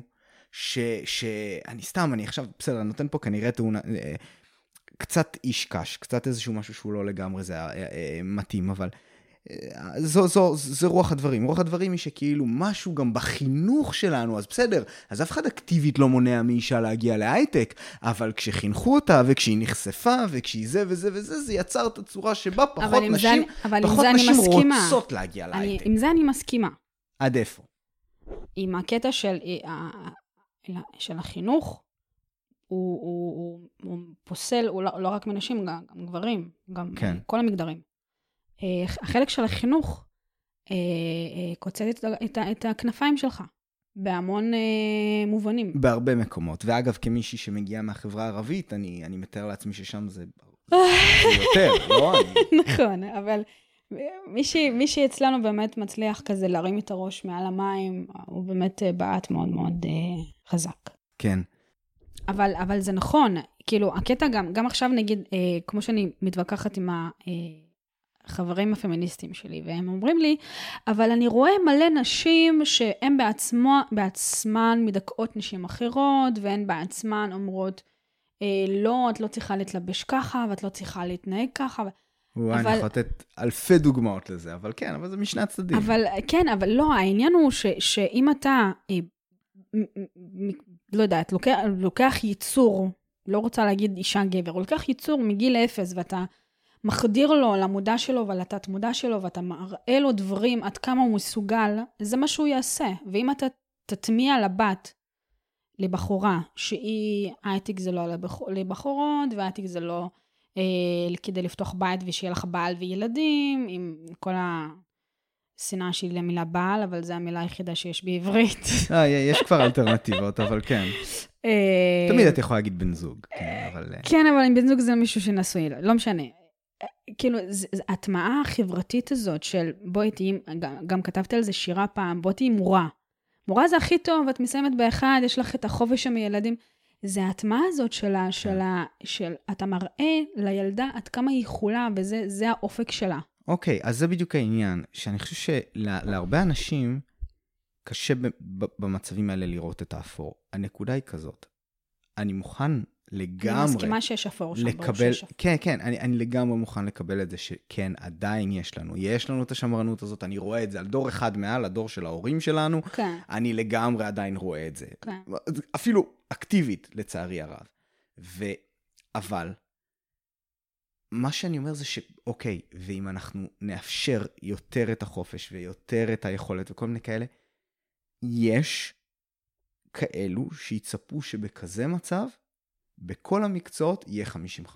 אני עכשיו, בסדר, אני נותן פה כנראה תאונה, קצת איש קש, קצת איזשהו משהו שהוא לא לגמרי, זה מתאים, אבל זה רוח הדברים. רוח הדברים היא שכאילו משהו גם בחינוך שלנו, אז בסדר, אז אף אחד אקטיבית לא מונע מאישה להגיע להייטק, אבל כשחינכו אותה וכשהיא נחשפה וכשהיא זה וזה וזה, זה יצר את הצורה שבה פחות נשים רוצות להגיע להייטק. עם זה אני מסכימה. עד איפה? עם הקטע של החינוך, הוא פוסל, הוא לא רק מנשים, גם גברים, גם כל המגדרים. החלק של החינוך קוצץ את הכנפיים שלך, בהמון מובנים. בהרבה מקומות, ואגב, כמישהי שמגיעה מהחברה הערבית, אני מתאר לעצמי ששם זה יותר, לא? נכון, אבל מי שאצלנו באמת מצליח כזה להרים את הראש מעל המים, הוא באמת בעט מאוד מאוד חזק. כן. אבל זה נכון, כאילו, הקטע גם עכשיו נגיד, כמו שאני מתווכחת עם החברים הפמיניסטים שלי, והם אומרים לי, אבל אני רואה מלא נשים שהן בעצמן מדכאות נשים אחרות, והן בעצמן אומרות, לא, את לא צריכה להתלבש ככה, ואת לא צריכה להתנהג ככה. אני יכול לתת אלפי דוגמאות לזה, אבל כן, אבל זה משני הצדדים. כן, אבל לא, העניין הוא שאם אתה, לא יודעת, לוקח ייצור, לא רוצה להגיד אישה גבר, לוקח ייצור מגיל 0, ואתה מחדיר לו למודע שלו ולתת מודע שלו, ואתה מראה לו דברים עד כמה הוא מסוגל, זה מה שהוא יעשה. ואם אתה תטמיע לבת, לבחורה, שהיא, הייטק זה לא לבחורות, והייטק זה לא כדי לפתוח בית ושיהיה לך בעל וילדים, עם כל השנאה שלי למילה בעל, אבל זו המילה היחידה שיש בעברית. יש כבר אלטרנטיבות, אבל כן. תמיד את יכולה להגיד בן זוג. כן, אבל עם בן זוג זה מישהו שנשוי, לא משנה. כאילו, התמאה החברתית הזאת של בואי תהי, גם כתבתי על זה שירה פעם, בואי תהי מורה. מורה זה הכי טוב, את מסיימת באחד, יש לך את החופש עם הילדים. זה התמאה הזאת של אתה מראה לילדה עד כמה היא חולה, וזה האופק שלה. אוקיי, אז זה בדיוק העניין, שאני חושב שלהרבה אנשים קשה במצבים האלה לראות את האפור. הנקודה היא כזאת. אני מוכן לגמרי... אני מסכימה שיש אפור שם. כן, אני לגמרי מוכן לקבל את זה שכן, עדיין יש לנו את השמרנות הזאת, אני רואה את זה על דור אחד מעל, הדור של ההורים שלנו, כן. אני לגמרי עדיין רואה את זה. כן. אפילו אקטיבית, לצערי הרב. אבל, מה שאני אומר זה שאוקיי, ואם אנחנו נאפשר יותר את החופש ויותר את היכולת וכל מיני כאלה, יש כאלו שיצפו שבכזה מצב, בכל המקצועות יהיה 50-50.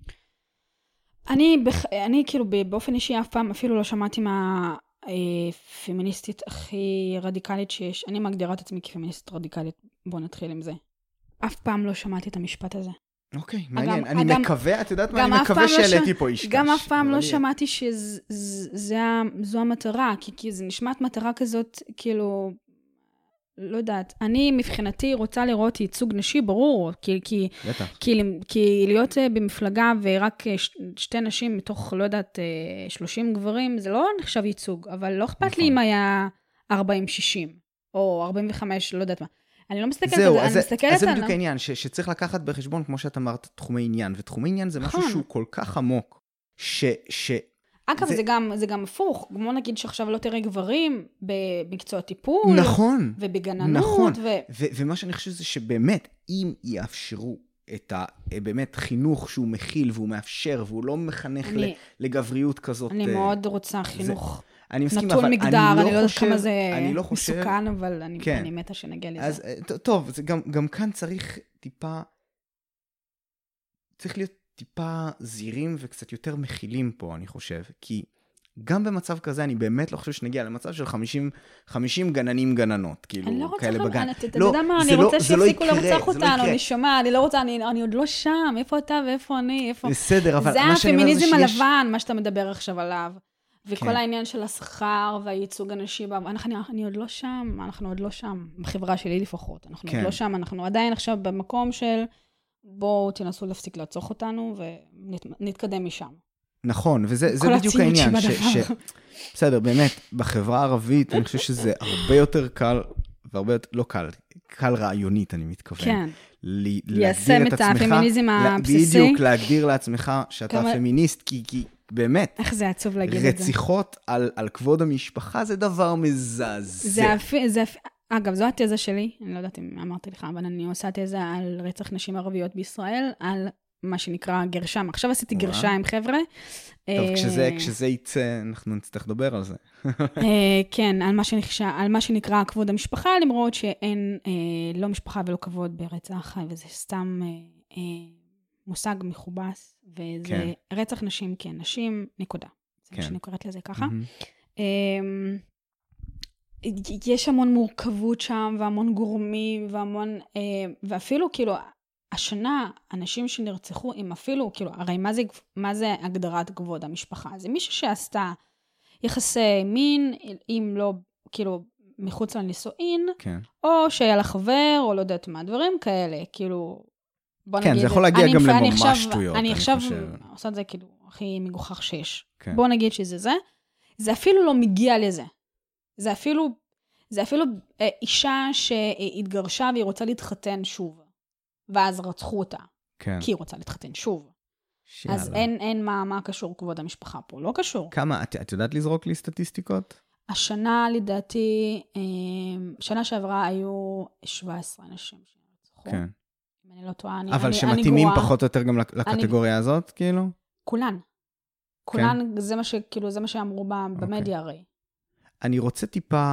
אני כאילו באופן אישי אף פעם אפילו לא שמעתי מהפמיניסטית הכי רדיקלית שיש. אני מגדירה את עצמי כפמיניסטית רדיקלית. בוא נתחיל עם זה. אף פעם לא שמעתי את המשפט הזה. אוקיי, מעניין. אני מקווה, את יודעת מה? אני מקווה שהעליתי פה איש קש. גם אף פעם לא שמעתי שזו המטרה, כי זה נשמעת מטרה כזאת, כאילו... לא יודעת, אני מבחינתי רוצה לראות ייצוג נשי, ברור, כי להיות במפלגה ורק 2 נשים מתוך, לא יודעת, 30 גברים, זה לא נחשב ייצוג, אבל לא אכפת לי אם היה 40-60. או 45, לא יודעת מה. אני לא מסתכלת על זה, אני מסתכלת על... אז זה בדיוק העניין, שצריך לקחת בחשבון, כמו שאת אמרת, תחומי עניין, ותחומי עניין זה משהו שהוא כל כך עמוק, אגב, זה גם הפוך. כמו נגיד שעכשיו לא תראה גברים במקצוע טיפול. נכון. ובגננות. נכון. ומה שאני חושב זה שבאמת, אם יאפשרו את באמת חינוך שהוא מכיל והוא מאפשר, והוא לא מחנך לגבריות כזאת. אני מאוד רוצה חינוך נטול מגדר. אני לא יודעת כמה זה מסוכן, אבל אני מתה שנגיע לזה. אז טוב, גם כאן צריך להיות טיפה זהירים וקצת יותר מכילים פה, אני חושב, כי גם במצב כזה אני באמת לא חושב שנגיע למצב של 50 גננים גננות, כאילו, כאלה בגן. אתה יודע מה, אני רוצה שיפסיקו לרצח אותנו, אני שומע, אני לא רוצה, אני עוד לא שם, איפה אתה ואיפה אני, איפה... בסדר, אבל מה שאני אומר זה שיש... זה הפמיניזם הלבן, מה שאתה מדבר עכשיו עליו, וכל העניין של השכר והייצוג הנשי, אני עוד לא שם, אנחנו עוד לא שם, בחברה שלי לפחות, אנחנו עוד לא שם, אנחנו עדיין עכשיו במקום של... בואו תנסו להפסיק לעצוך אותנו, ונתקדם משם. נכון, וזה בדיוק העניין, בסדר, באמת, בחברה הערבית, אני חושב שזה הרבה יותר קל, והרבה יותר, לא קל, קל רעיונית, אני מתכוון. כן. ליישם את הפמיניזם הבסיסי. בדיוק, להגדיר לעצמך שאתה פמיניסט, כי באמת, איך זה עצוב להגיד את זה. רציחות על כבוד המשפחה, זה דבר מזעזע. אגב, זו התזה שלי, אני לא יודעת אם אמרתי לך, אבל אני עושה תזה על רצח נשים ערביות בישראל, על מה שנקרא גרשם. עכשיו עשיתי גרשיים, חבר'ה. טוב, כשזה יצא, אנחנו נצטרך לדבר על זה. כן, על מה שנקרא כבוד המשפחה, למרות שאין לא משפחה ולא כבוד ברצח, וזה סתם מושג מכובס, וזה רצח נשים, כן, נשים, נקודה. זה מה שאני קוראת לזה ככה. יש המון מורכבות שם, והמון גורמים, ואפילו כאילו, השנה, אנשים שנרצחו, הם אפילו, כאילו, הרי מה זה הגדרת כבוד המשפחה? זה מישהו שעשתה יחסי מין, אם לא, כאילו, מחוץ לנישואין, כן. או שהיה לה חבר, או לא יודעת מה, דברים כאלה, כאילו, בוא נגיד... כן, זה יכול להגיע גם לממש שטויות. אני עכשיו עושה את זה, כאילו, הכי מגוחך שיש. כן. בוא נגיד שזה זה. זה אפילו לא מגיע לזה. זה אפילו אישה שהתגרשה והיא רוצה להתחתן שוב. ואז רצחו אותה. כן. כי היא רוצה להתחתן שוב. אז אין מה קשור כבוד המשפחה פה. לא קשור. כמה? את יודעת לזרוק לי סטטיסטיקות? השנה, לדעתי, שנה שעברה היו 17 אנשים שנרצחו. כן. אם אני לא טועה, אבל שמתאימים פחות או יותר גם לקטגוריה הזאת, כאילו? כולן. כולן, זה מה שאמרו במדיה הרי. אני רוצה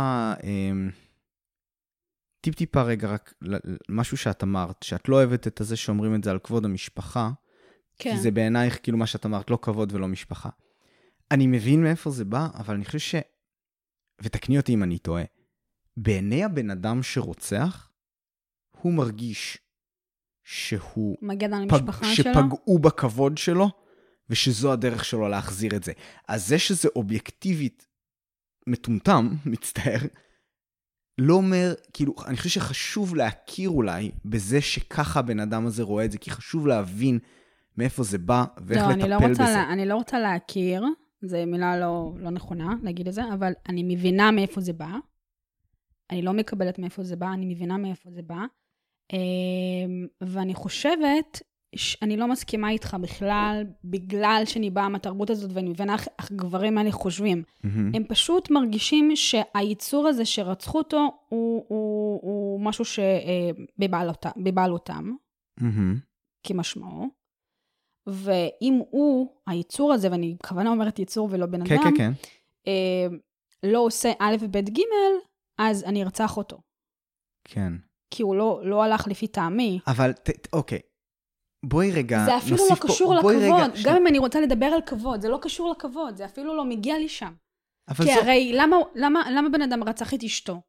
טיפה רגע רק משהו שאת אמרת, שאת לא אוהבת את זה שאומרים את זה על כבוד המשפחה, כן. כי זה בעינייך כאילו מה שאת אמרת, לא כבוד ולא משפחה. אני מבין מאיפה זה בא, אבל אני חושב ותקני אותי אם אני טועה, בעיני הבן אדם שרוצח, הוא מרגיש שהוא... מגן על המשפחה שלו? שפגעו בכבוד שלו, ושזו הדרך שלו להחזיר את זה. אז זה שזה אובייקטיבית מטומטם, מצטער, לא אומר, כאילו, אני חושב שחשוב להכיר אולי בזה שככה הבן אדם הזה רואה את זה, כי חשוב להבין מאיפה זה בא, ואיך לטפל בזה. אני לא רוצה להכיר, זו מילה לא נכונה להגיד את זה, אבל אני מבינה מאיפה זה בא, אני לא מקבלת מאיפה זה בא, אני מבינה מאיפה זה בא, ואני חושבת, אני לא מסכימה איתך בכלל, בגלל שאני באה מהתרבות הזאת, ואני מבינה איך גברים האלה חושבים. הם פשוט מרגישים שהייצור הזה שרצחו אותו, הוא משהו שבבעלותם, כמשמעו. ואם הוא, הייצור הזה, ואני בכוונה אומרת ייצור ולא בן אדם, לא עושה א' וב' ג', אז אני ארצח אותו. כן. כי הוא לא הלך לפי טעמי. אבל, אוקיי. בואי רגע, זה אפילו לא קשור לכבוד. גם אם אני רוצה לדבר על כבוד, זה לא קשור לכבוד, זה אפילו לא מגיע לי שם. כי הרי, למה בן אדם רצח את אשתו?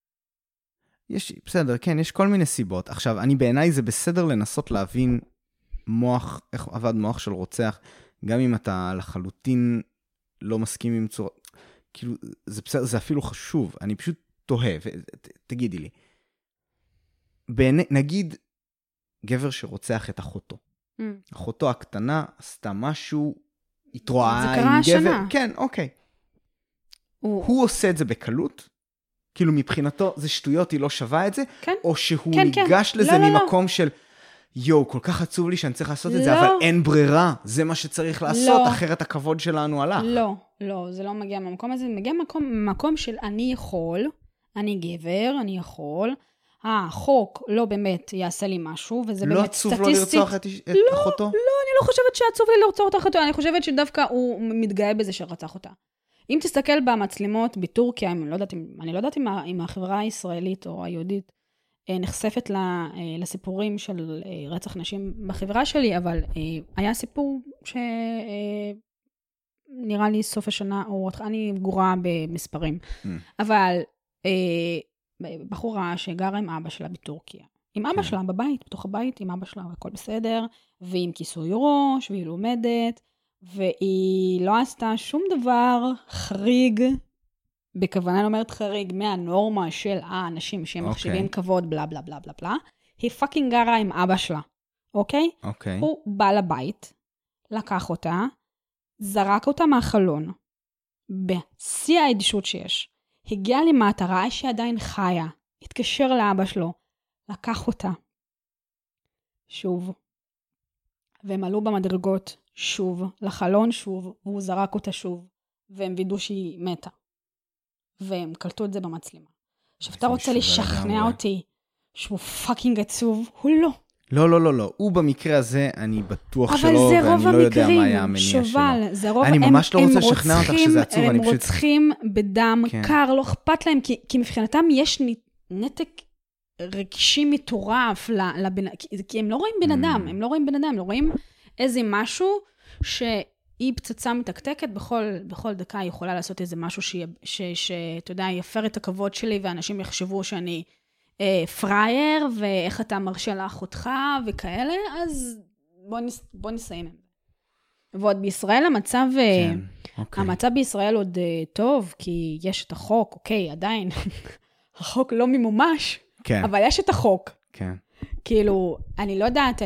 בסדר, כן, יש כל מיני סיבות. עכשיו, בעיניי זה בסדר לנסות להבין מוח, איך עבד מוח של רוצח, גם אם אתה לחלוטין לא מסכים עם צורה, כאילו, זה בסדר, זה אפילו חשוב. אני פשוט תוהה, תגידי לי. נגיד, גבר שרוצח את אחותו. אחותו הקטנה עשתה משהו, התרועה עם גבר. זה קרה השנה. כן, אוקיי. הוא עושה את זה בקלות, כאילו מבחינתו זה שטויות, היא לא שווה את זה, כן. או שהוא כן, ניגש כן. לזה לא, ממקום לא. של, כל כך עצוב לי שאני צריך לעשות את זה, לא. אבל אין ברירה, זה מה שצריך לעשות, לא. אחרת הכבוד שלנו הלך. לא, זה לא מגיע מהמקום הזה, זה מגיע ממקום של אני יכול, אני גבר, אני יכול, החוק לא באמת יעשה לי משהו, וזה לא באמת עצוב סטטיסטית. לא לרצוח את אחותו? לא, אני לא חושבת שעצוב לי לרצוח את אחותו, אני חושבת שדווקא הוא מתגאה בזה שרצח אותה. אם תסתכל במצלמות בטורקיה, אני לא יודעת אם החברה הישראלית או היהודית נחשפת לסיפורים של רצח נשים בחברה שלי, אבל היה סיפור שנראה לי סוף השנה, או אני גרועה במספרים, אבל בחורה שגרה עם אבא שלה בטורקיה, עם אבא שלה בבית, בתוך הבית, עם אבא שלה, והכל בסדר, ועם כיסוי ראש, והיא לומדת, והיא לא עשתה שום דבר חריג, בכוונה אומרת חריג, מהנורמה של האנשים שהם מחשיבים כבוד, בלה בלה בלה בלה בלה, היא פאקינג גרה עם אבא שלה, אוקיי? הוא בא לבית, לקח אותה, זרק אותה מהחלון, בשיא האדישות שיש, הגיע למטה, ראה שהיא עדיין חיה, התקשר לאבא שלו, לקח אותה, שוב, והם עלו במדרגות שוב, לחלון שוב, והוא זרק אותה שוב, והם וידעו שהיא מתה. והם קלטו את זה במצלמה. עכשיו, אתה רוצה לשכנע אותי שהוא פאקינג עצוב? הוא לא. לא. הוא במקרה הזה, אני בטוח שלא, ואני לא יודע מה היה המניע שלו. שובל, זה רוב, אני ממש לא רוצה לשכנע אותך שזה עצוב, הם רוצחים בדם קר, לא אכפת להם, כי מבחינתם יש נתק רגשי מטורף, כי הם לא רואים בן אדם, הם לא רואים איזה משהו שהיא פצצה מתקתקת, בכל דקה היא יכולה לעשות איזה משהו שאתה יודע, יפר את הכבוד שלי, ואנשים יחשבו שאני פרייר, ואיך אתה מרשה לאחותך וכאלה, אז בוא נסיים עם זה. ועוד בישראל המצב בישראל עוד טוב, כי יש את החוק, אוקיי, עדיין, החוק לא ממומש, אבל יש את החוק. כאילו, אני לא יודעת,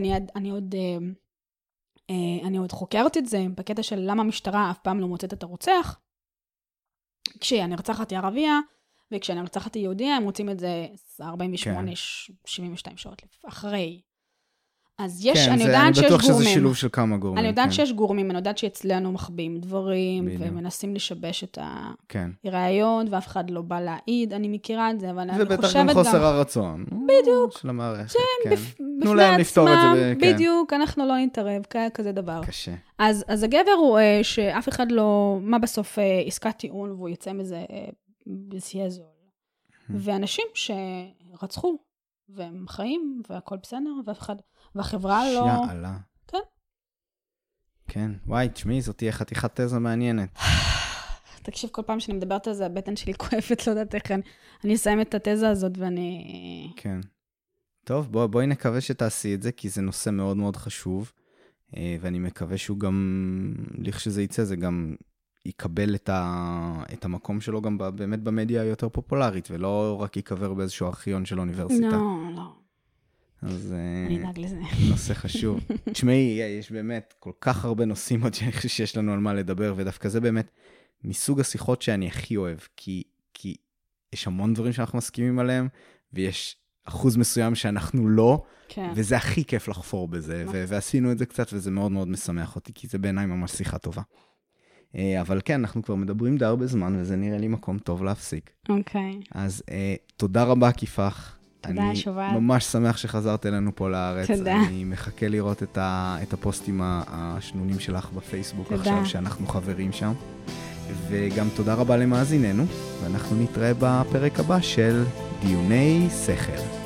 אני עוד חוקרת את זה, בקטע של למה המשטרה אף פעם לא מוצאת את הרוצח. כשהנרצחת היא ערבייה, וכשהנרצחת היא יהודיה, הם מוצאים את זה 48, 72 שעות אחרי. אז יש, אני יודעת שיש גורמים. אני בטוח שזה שילוב של כמה גורמים. אני יודעת שיש גורמים, אני יודעת שאצלנו מחביאים דברים, ומנסים לשבש את הרעיון, ואף אחד לא בא להעיד, אני מכירה את זה, אבל אני חושבת גם... ובטח גם חוסר הרצון. בדיוק. של המערכת, כן. תנו להם לפתור את זה. בדיוק, אנחנו לא נתערב, כזה דבר. קשה. אז הגבר הוא שאף אחד לא, מה בסוף עסקת טיעון, והוא יצא מזה בסייה זול. ואנשים שרצחו, והם חיים, והכל בסדר, ואף אחד... והחברה לא... יאללה. כן. כן. וואי, תשמעי, זאת תהיה חתיכת תזה מעניינת. תקשיב, כל פעם שאני מדברת על זה, הבטן שלי כואבת, לא יודעת איך אני אסיים את התזה הזאת, ואני... כן. טוב, בואי נקווה שתעשי את זה, כי זה נושא מאוד מאוד חשוב, ואני מקווה שהוא גם, לכשזה יצא, זה גם יקבל את המקום שלו גם באמת במדיה היותר פופולרית, ולא רק יקבר באיזשהו ארכיון של אוניברסיטה. לא. אז אני אדאג לזה. נושא חשוב. תשמעי, יש באמת כל כך הרבה נושאים עוד שיש לנו על מה לדבר, ודווקא זה באמת מסוג השיחות שאני הכי אוהב, כי יש המון דברים שאנחנו מסכימים עליהם, ויש אחוז מסוים שאנחנו לא, וזה הכי כיף לחפור בזה, ועשינו את זה קצת, וזה מאוד מאוד משמח אותי, כי זה בעיניי ממש שיחה טובה. אבל כן, אנחנו כבר מדברים די הרבה זמן, וזה נראה לי מקום טוב להפסיק. אוקיי. אז תודה רבה, כיפך. תודה, שובל. אני ממש שמח שחזרת אלינו פה לארץ. תודה. אני מחכה לראות את הפוסטים השנונים שלך בפייסבוק עכשיו, שאנחנו חברים שם. וגם תודה רבה למאזיננו, ואנחנו נתראה בפרק הבא של דיוני שכל.